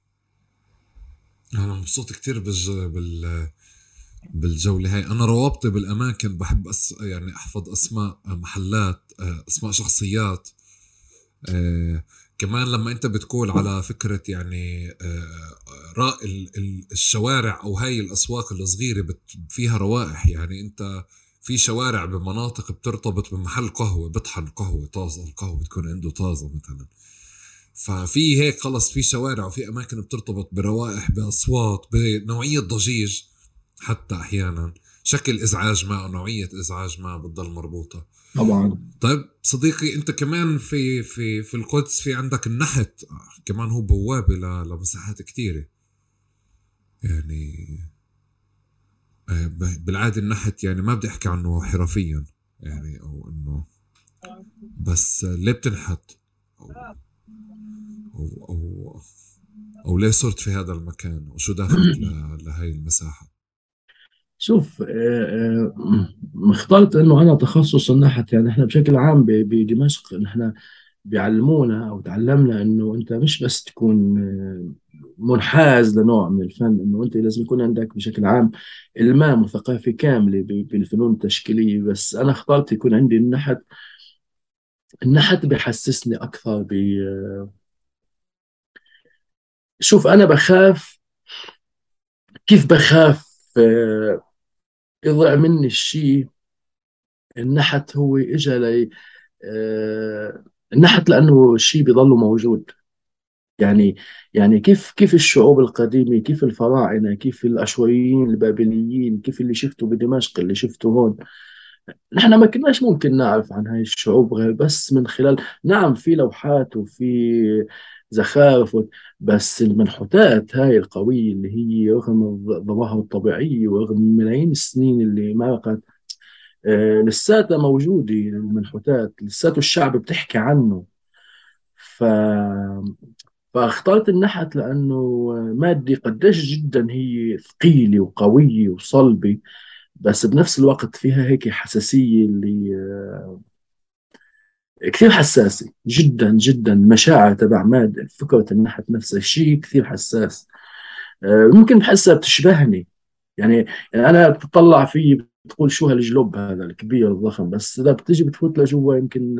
أنا مبسوط كتير بالج... بال بالجولة هاي. أنا روابطي بالأماكن بحب أس... يعني أحفظ أسماء محلات، آه، أسماء شخصيات. آه، كمان لما أنت بتقول على فكرة يعني آه، راء ال- ال- الشوارع أو هاي الأسواق الصغيرة بت... فيها روائح. يعني أنت في شوارع بمناطق بترتبط بمحل قهوة بطحن قهوة طازة، القهوة بتكون عنده طازة مثلا. ففي هيك خلص في شوارع وفي أماكن بترتبط بروائح، بأصوات، بنوعية ضجيج، حتى أحيانا شكل إزعاج ما أو نوعية إزعاج ما بتضل مربوطة. طبعا. طيب صديقي، أنت كمان في في في القدس في عندك النحت كمان، هو بوابة ل- لمساحات كتيرة. يعني آه، ب- بالعادة النحت يعني ما بدي أحكي عنه حرفيا يعني، أو إنه بس ليه بتنحت، أو أو أو, أو ليه صرت في هذا المكان، وشو دافعك ل- لهاي المساحة؟ شوف، آه، آه، اخترت انه انا تخصص النحت. يعني احنا بشكل عام ب- بدمشق نحن بيعلمونا او تعلمنا انه انت مش بس تكون آه، منحاز لنوع من الفن، انه انت لازم يكون عندك بشكل عام المام وثقافه كامله ب- بالفنون التشكيليه. بس انا اخترت يكون عندي النحت. النحت بحسسني اكثر ب شوف، انا بخاف. كيف بخاف آه، يضيع مني الشيء. النحت هو اجى لي آه، النحت لانه شيء بيضل موجود. يعني يعني كيف كيف الشعوب القديمة، كيف الفراعنة، كيف الأشوريين البابليين، كيف اللي شفته بدمشق اللي شفته هون. نحن ما كناش ممكن نعرف عن هاي الشعوب غير بس من خلال، نعم، في لوحات وفي زخارف و- بس المنحوتات هاي القوية اللي هي رغم الظواهر الطبيعية ورغم ملايين السنين اللي مرقت، آه، لساتها موجودة. المنحوتات لساته الشعب بتحكي عنه. ف فاخترت النحت لأنه مادي قديش جدا هي ثقيلة وقوية وصلبة، بس بنفس الوقت فيها هيك حساسية اللي كثير حساسة جدا جدا. مشاعر تبع مادة فكرة النحت نفسها شيء كثير حساس. آه، ممكن بحسها بتشبهني. يعني يعني أنا بتطلع فيه بتقول شو هالجلوب هذا الكبير الضخم، بس إذا بتيجي بتفوت لجوا يمكن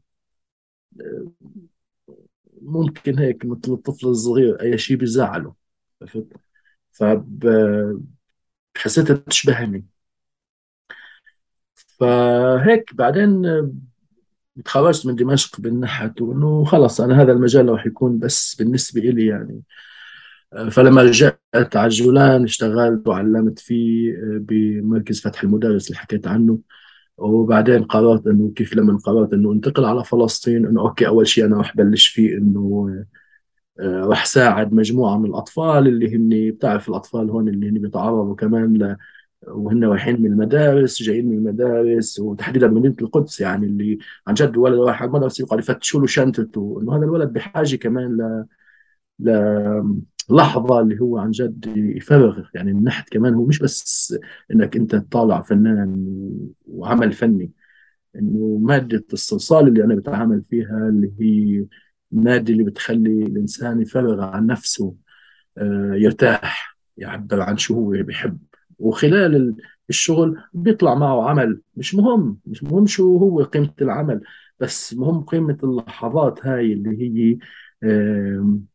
ممكن هيك مثل الطفل الصغير أي شيء بيزعله. عرفت؟ فحسيتها بتشبهني. فهيك بعدين تخرجت من دمشق بالنحت، وانه خلص انا هذا المجال راح يكون بس بالنسبه لي يعني. فلما رجعت على الجولان اشتغلت وعلمت فيه بمركز فتح المدرس اللي حكيت عنه. وبعدين قررت انه كيف لما قررت انه انتقل على فلسطين، انه اوكي اول شيء انا راح بلش فيه انه آه، راح ساعد مجموعه من الاطفال اللي هن بتعرف الاطفال هون اللي هن بيتعرضوا كمان، وهن رايحين من المدارس، جايين من المدارس، وتحديدا من مدينه القدس. يعني اللي عن جد ولد رايح على المدرسه يقعد يفتشوا له شنطته، انه هذا الولد بحاجه كمان ل للحظه اللي هو عن جد يفرغ. يعني النحت كمان هو مش بس انك انت تطالع فنان وعمل فني، انه ماده الصلصال اللي انا بتعامل فيها اللي هي الماده اللي بتخلي الانسان يفرغ عن نفسه، آه، يرتاح، يعبر عن شو هو بيحب. وخلال ال- الشغل بيطلع معه عمل. مش مهم مش مهم شو هو قيمة العمل، بس مهم قيمة اللحظات هاي اللي هي آم،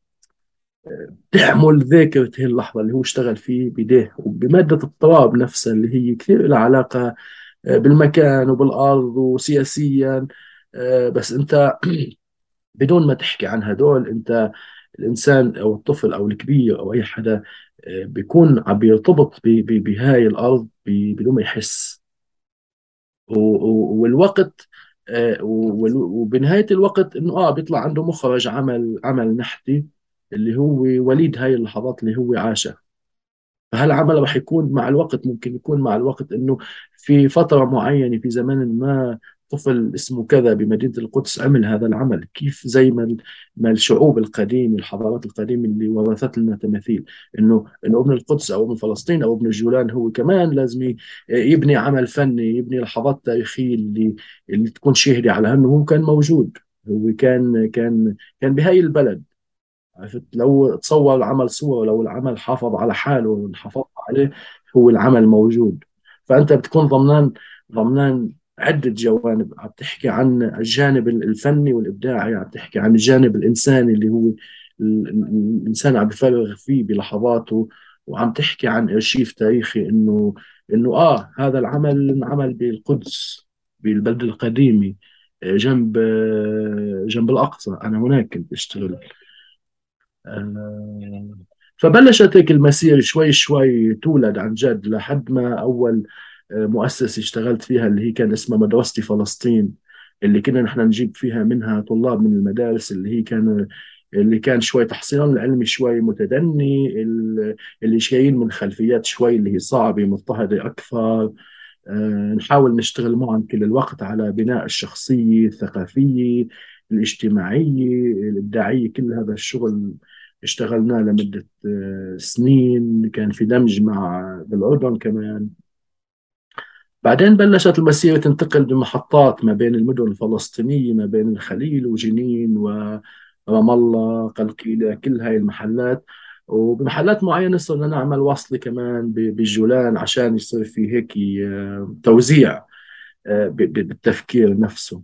تعمل ذاكرة هي اللحظة اللي هو اشتغل فيه بيديه. وبمادة التراب نفسها اللي هي كثير لها علاقة آه، بالمكان وبالأرض وسياسيا. آه، بس أنت بدون ما تحكي عن هدول، أنت الإنسان أو الطفل أو الكبير أو أي حدا آه، بيكون عم بيرتبط ب- ب- بهاي الأرض ب- بدون ما يحس. و- و- والوقت آه، وال- وبنهاية الوقت إنه آه بيطلع عنده مخرج عمل عمل نحتي اللي هو وليد هاي اللحظات اللي هو عاشها. فهالعمل راح يكون مع الوقت، ممكن يكون مع الوقت انه في فترة معينة في زمن ما طفل اسمه كذا بمدينة القدس عمل هذا العمل. كيف زي ما ال- ما الشعوب القديمة الحضارات القديمة اللي ورثت لنا تماثيل، انه انه ابن القدس او ابن فلسطين او ابن الجولان هو كمان لازم ي- يبني عمل فني، يبني لحظات تاريخية اللي اللي تكون شاهدة على انه هو كان موجود. هو كان كان كان بهاي البلد. عرفت؟ لو تصور العمل صورة، لو العمل حافظ على حاله وحافظ عليه، هو العمل موجود. فأنت بتكون ضمنان ضمنان عدة جوانب. عم تحكي عن الجانب الفني والإبداعي، عم تحكي عن الجانب الإنساني اللي هو ال- ال- الإنسان عم بفرغ فيه بلحظاته، وعم تحكي عن أرشيف تاريخي إنه إنه آه هذا العمل انعمل بالقدس، بالبلد القديمة، جنب جنب الأقصى. أنا هناك كنت أشتغل. آه، فبلشت هيك المسيرة شوي شوي تولد عن جد، لحد ما أول آه، مؤسسة اشتغلت فيها اللي هي كان اسمها مدرستي فلسطين، اللي كنا نحن نجيب فيها منها طلاب من المدارس اللي هي كان اللي كان شوي تحصيلهم العلمي شوي متدني، ال- اللي جايين من خلفيات شوي اللي هي صعبة مضطهدة أكثر. آه، نحاول نشتغل معهم كل الوقت على بناء الشخصية الثقافية الاجتماعية الإبداعية. كل هذا الشغل اشتغلناه لمدة آه، سنين. كان في دمج مع بالأردن كمان. بعدين بلشت المسيرة تنتقل بمحطات ما بين المدن الفلسطينية، ما بين الخليل وجنين ورام الله قلقيلة، كل هاي المحلات. وبمحلات معينة صرنا نعمل وصلة كمان ب- بالجولان عشان يصير في هيك آه، توزيع آه، ب- ب- بالتفكير نفسه.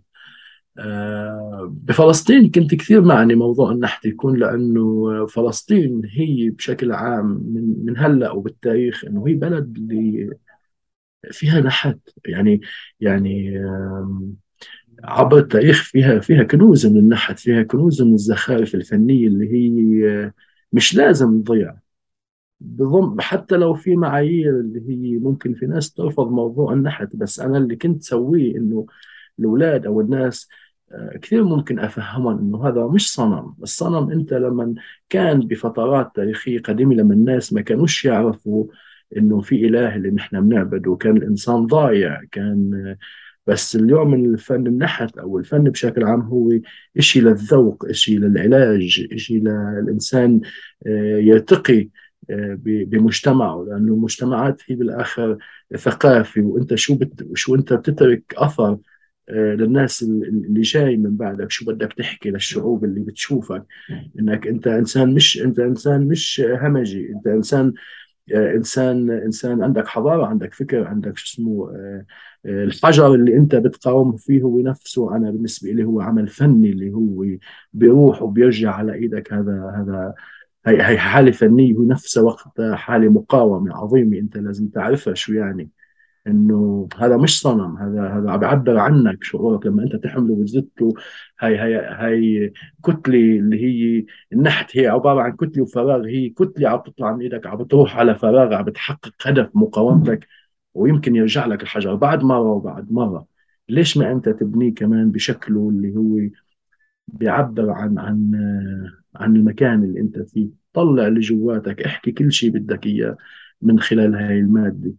آه، بفلسطين كنت كثير معني موضوع النحت يكون، لأنه فلسطين هي بشكل عام من من هلأ وبالتاريخ إنه هي بلد اللي فيها نحت. يعني يعني آم، عبر التاريخ فيها فيها كنوز من النحت، فيها كنوز من الزخارف الفنية اللي هي آه، مش لازم تضيع. بضم حتى لو في معايير اللي هي ممكن في ناس ترفض موضوع النحت، بس أنا اللي كنت سويه إنه الأولاد أو الناس آه، كثير ممكن أفهمهم إنه هذا مش صنم. الصنم أنت لما كان بفترات تاريخية قديمة لما الناس ما كانوش يعرفوا إنه في إله اللي نحن بنعبده، كان الإنسان ضايع. كان آه، بس اليوم الفن النحت أو الفن بشكل عام هو إشي للذوق، إشي للعلاج، إشي للإنسان آه، يرتقي آه، ب- بمجتمعه. لأنه المجتمعات هي بالآخر ثقافي، وأنت شو بت... شو أنت بتترك أثر آه، للناس اللي جاي من بعدك. شو بدك تحكي للشعوب اللي بتشوفك؟ انك انت انسان، مش انت انسان مش همجي، انت انسان آه، انسان انسان عندك حضاره، عندك فكر، عندك شو اسمه آه، آه، الحجر اللي انت بتقاوم فيه هو نفسه. انا بالنسبه لي هو عمل فني اللي هو بيروح وبيرجع على ايدك. هذا هذا هي هي حاله فنيه ونفسها وقت حاله مقاومه عظيمه. انت لازم تعرفها شو يعني. انه هذا مش صنم، هذا هذا عم بيعبر عنك، شعورك لما انت تحمله وتزته. هاي هاي هاي كتله اللي هي النحت، هي عباره عن كتله وفراغ. هي كتله عم تطلع من ايدك، عم بتروح على فراغ، عم بتحقق هدف مقاومتك. ويمكن يرجع لك الحجر بعد مره وبعد مره. ليش ما انت تبنيه كمان بشكله اللي هو بيعبر عن عن عن المكان اللي انت فيه. طلع اللي جواتك، احكي كل شيء بدك اياه من خلال هاي الماده.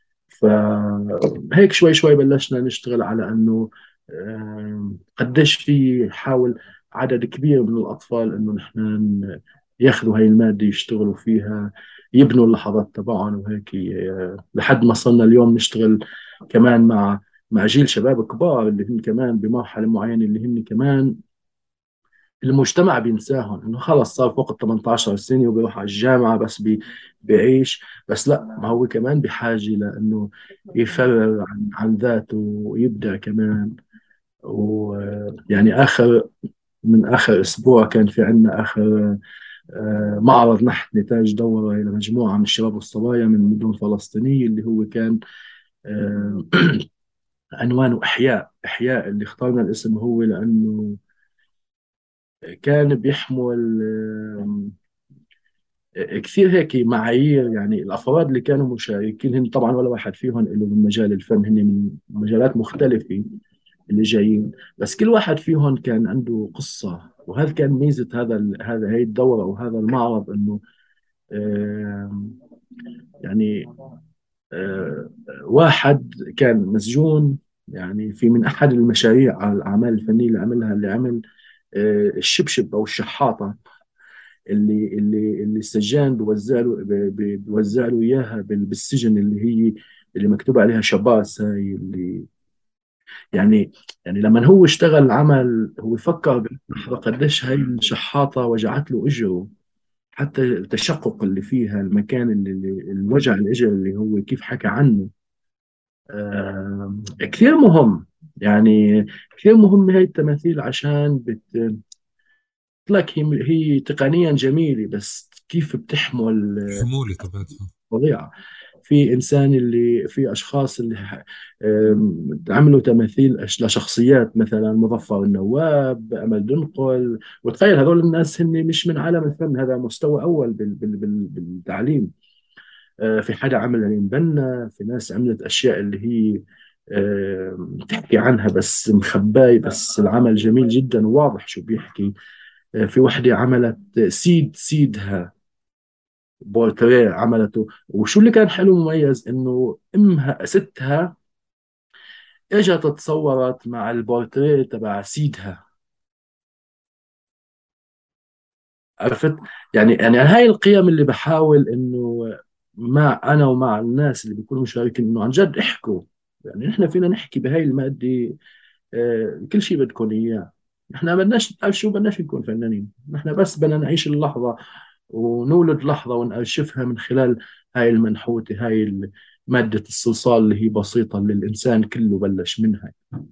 فهيك شوي شوي بلشنا نشتغل على انه آم، قديش في حاول عدد كبير من الاطفال انه نحن ن- ياخذوا هاي الماده يشتغلوا فيها، يبنوا اللحظات تبعهم وهيك. آه، لحد ما صرنا اليوم نشتغل كمان مع مع جيل شباب كبار اللي هم كمان بمرحله معينه، اللي هم كمان المجتمع بينساهم. انه خلص صار فوق ال ثمانية عشر سنه وبيروح على الجامعه بس بي بيعيش. بس لا، ما هو كمان بحاجه لانه يفرغ عن عن ذاته ويبدع كمان. ويعني اخر من اخر اسبوع كان في عندنا اخر آه، معرض نحت نتاج دوره لمجموعه من الشباب والصبايا من مدن فلسطينيه، اللي هو كان آه، عنوانه احياء. احياء اللي اخترنا الاسم هو لانه كان بيحمل كثير هيك معايير. يعني الافراد اللي كانوا مشاركين هن طبعا ولا واحد فيهم له من مجال الفن، هن من مجالات مختلفه اللي جايين. بس كل واحد فيهم كان عنده قصه. وهذا كان ميزه هذا ال- هذا هي الدوره وهذا المعرض، انه آم، يعني آه، واحد كان مسجون يعني في من احد المشاريع على الاعمال الفنيه اللي عملها، اللي عمل آه، الشبشب او الشحاطه اللي اللي اللي السجان بيوزع له بي- بي- بيوزع له اياها بال- بالسجن، اللي هي اللي مكتوب عليها شباس. هاي اللي يعني يعني لما هو اشتغل عمل، هو فكر بلحظة قديش هاي الشحاطة وجعت له اجره، حتى التشقق اللي فيها، المكان اللي اللي- الوجع الاجر اللي هو كيف حكى عنه. آه كثير مهم، يعني كثير مهم هاي التماثيل، عشان بت لك هي هي تقنيا جميلة، بس كيف بتحمل حمولة تبعتها. فظيعة. في إنسان اللي في أشخاص اللي ح- آم، عملوا تماثيل أش- لشخصيات، مثلا مظفر النواب، أمل دنقل. وتخيل هذول الناس هن مش من عالم الفن، هذا مستوى أول بال بال بال بالتعليم. آه، في حدا عمل للمبنى، في ناس عملت أشياء اللي هي آم، تحكي عنها بس مخباي، بس العمل جميل جدا وواضح شو بيحكي. آه، في وحدة عملت سيد سيدها، بورتريه عملته. وشو اللي كان حلو مميز، انه امها ستها اجت تصورت مع البورتريه تبع سيدها. عرفت؟ يعني يعني هاي القيم اللي بحاول انه مع انا ومع الناس اللي بيكونوا مشاركين، انه عن جد احكوا. يعني نحن فينا نحكي بهاي المادة آه، كل شيء بدكم اياه. نحن بدناش نقال شو، بدناش نكون فنانين، نحن بس بدنا نعيش اللحظة، ونولد لحظة ونأرشفها من خلال هاي المنحوتة، هاي مادة الصلصال اللي هي بسيطة، اللي الإنسان كله بلش منها.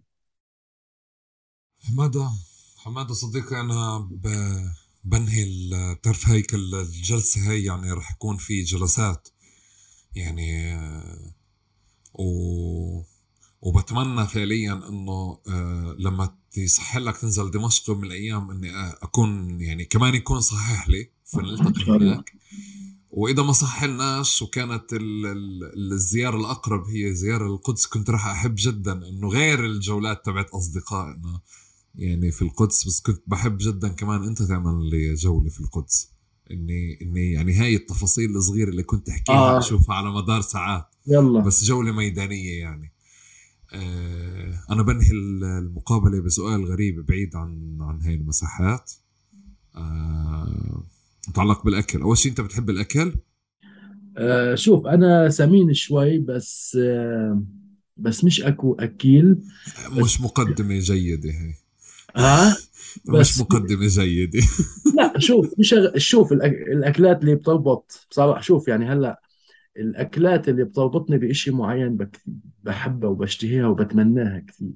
حمادة حمادة صديقي، أنا ب... بنهي ال- بتعرف هيك الجلسة هي يعني رح يكون في جلسات يعني، آه، و... وبتمنى فعليا انه آه لما يصح لك تنزل دمشق يوم من الايام اني آه اكون يعني كمان يكون صحيح لي إن فنلتقي شاء الله. هناك. واذا ما صح لناش وكانت ال... ال... الزياره الاقرب هي زياره للقدس، كنت راح احب جدا انه غير الجولات تبعت اصدقائنا يعني في القدس، بس كنت بحب جدا كمان انت تعمل لي جوله في القدس. اني اني يعني هاي التفاصيل الصغيره اللي كنت احكيها آه اشوفها على مدار ساعات، يلا. بس جوله ميدانيه يعني. آه، أنا بنهي المقابلة بسؤال غريب بعيد عن عن هاي المساحات، آه، متعلق بالأكل. أول شيء أنت بتحب الأكل؟ آه شوف، أنا سمين شوي، بس آه بس مش أكو أكيل. مش مقدمة جيدة هي. ها. مش بس مقدمة جيدة. لا، شوف مش أغ- شوف الأك... الأكلات اللي بتربط بصراحة. شوف يعني هلا الأكلات اللي بتربطني بإشي معين بك... بحبها وبشتهيها وبتمناها كثير.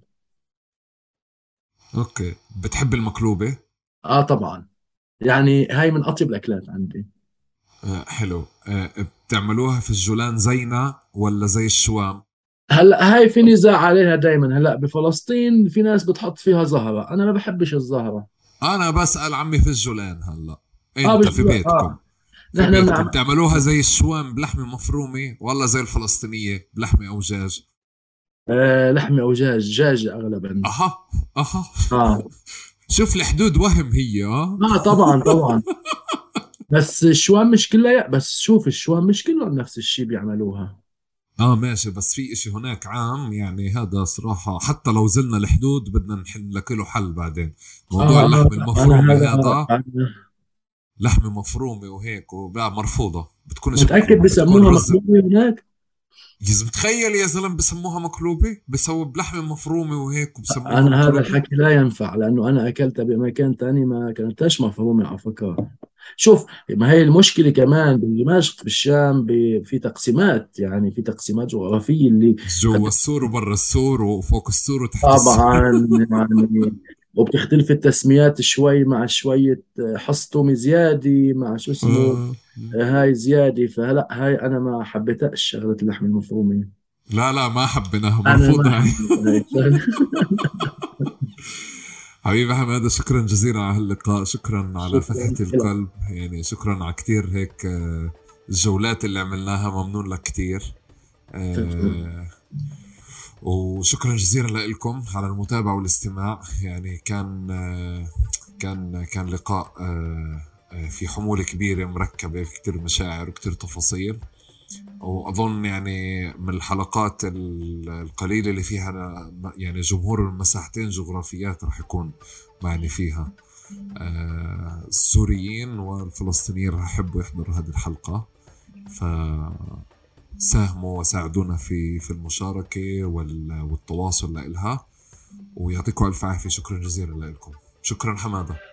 أوكي، بتحب المقلوبة؟ آه طبعا، يعني هاي من أطيب الأكلات عندي. آه، حلو. آه، بتعملوها في الجولان زينا ولا زي الشوام؟ هلا هاي في نزاع عليها دائما. هلا بفلسطين في ناس بتحط فيها زهرة، أنا ما بحبش الزهرة. أنا بسأل عمي في الجولان هلا. آه أنت مش في آه بيتكم في نحن بيتكم بنعمل تعملوها زي الشوام بلحمة مفرومة ولا زي الفلسطينية بلحمة أو دجاج؟ آه لحمة أو دجاج، دجاج أغلبا. اها اها. آه شوف الحدود وهم هي اه. آه طبعا طبعا. بس الشوام مش كلها، بس شوف الشوام مش كلهم نفس الشيء بيعملوها. اه ماشي، بس في اشي هناك عام يعني، هذا صراحة حتى لو زلنا الحدود بدنا نحل لك له حل بعدين. موضوع آه أنا اللحم أنا المفرومة هذا هذا، أنا لحمة مفرومة وهيك وبقى مرفوضة، بتكونش متأكد مقلوبة، بتكون بسموها رز. مقلوبة هناك. يا زلمة تخيل يا زلمة بسموها مقلوبة، بسووا بلحمة مفرومة وهيك وبسموها أنا هذا مقلوبة. الحكي لا ينفع، لأنه أنا أكلتها بمكان تاني ما كانتش مفهومة على فكرة. شوف، ما هي المشكلة كمان بدمشق بالشام، ب- في تقسيمات، يعني في تقسيمات جغرافية اللي جوا قد السور وبرا السور وفوق السور وتحت السور. طبعا يعني، وبتختلف التسميات شوي مع شوية حصتم زيادة مع شو اسمه. آه. هاي زيادة، فهلا هاي أنا ما حبيتهاش شغلة اللحم المفرومة. لا لا ما حبيناها، أنا ما مرفوضة هاي. حبيت هاي الشغلة. حبيبي حماده، شكرا جزيلا على هاللقاء، شكرا على فتحة شكرا لك. القلب يعني، شكرا على كتير هيك آه، الجولات اللي عملناها، ممنون لك كتير. آه، وشكرا جزيلا لكم على المتابعة والاستماع يعني. كان آه، كان كان لقاء آه، آه، في حمولة كبيرة مركبة، في كتير مشاعر وكتير تفاصيل. وأظن يعني من الحلقات القليلة اللي فيها يعني جمهور المساحتين جغرافيات راح يكون معني فيها. آه السوريين والفلسطينيين راح يحبوا يحضروا هذه الحلقة، فساهموا وساعدونا في في المشاركة والتواصل لإلها. ويعطيكم الف عافيه. شكرا جزيلا لكم. شكرا حماده.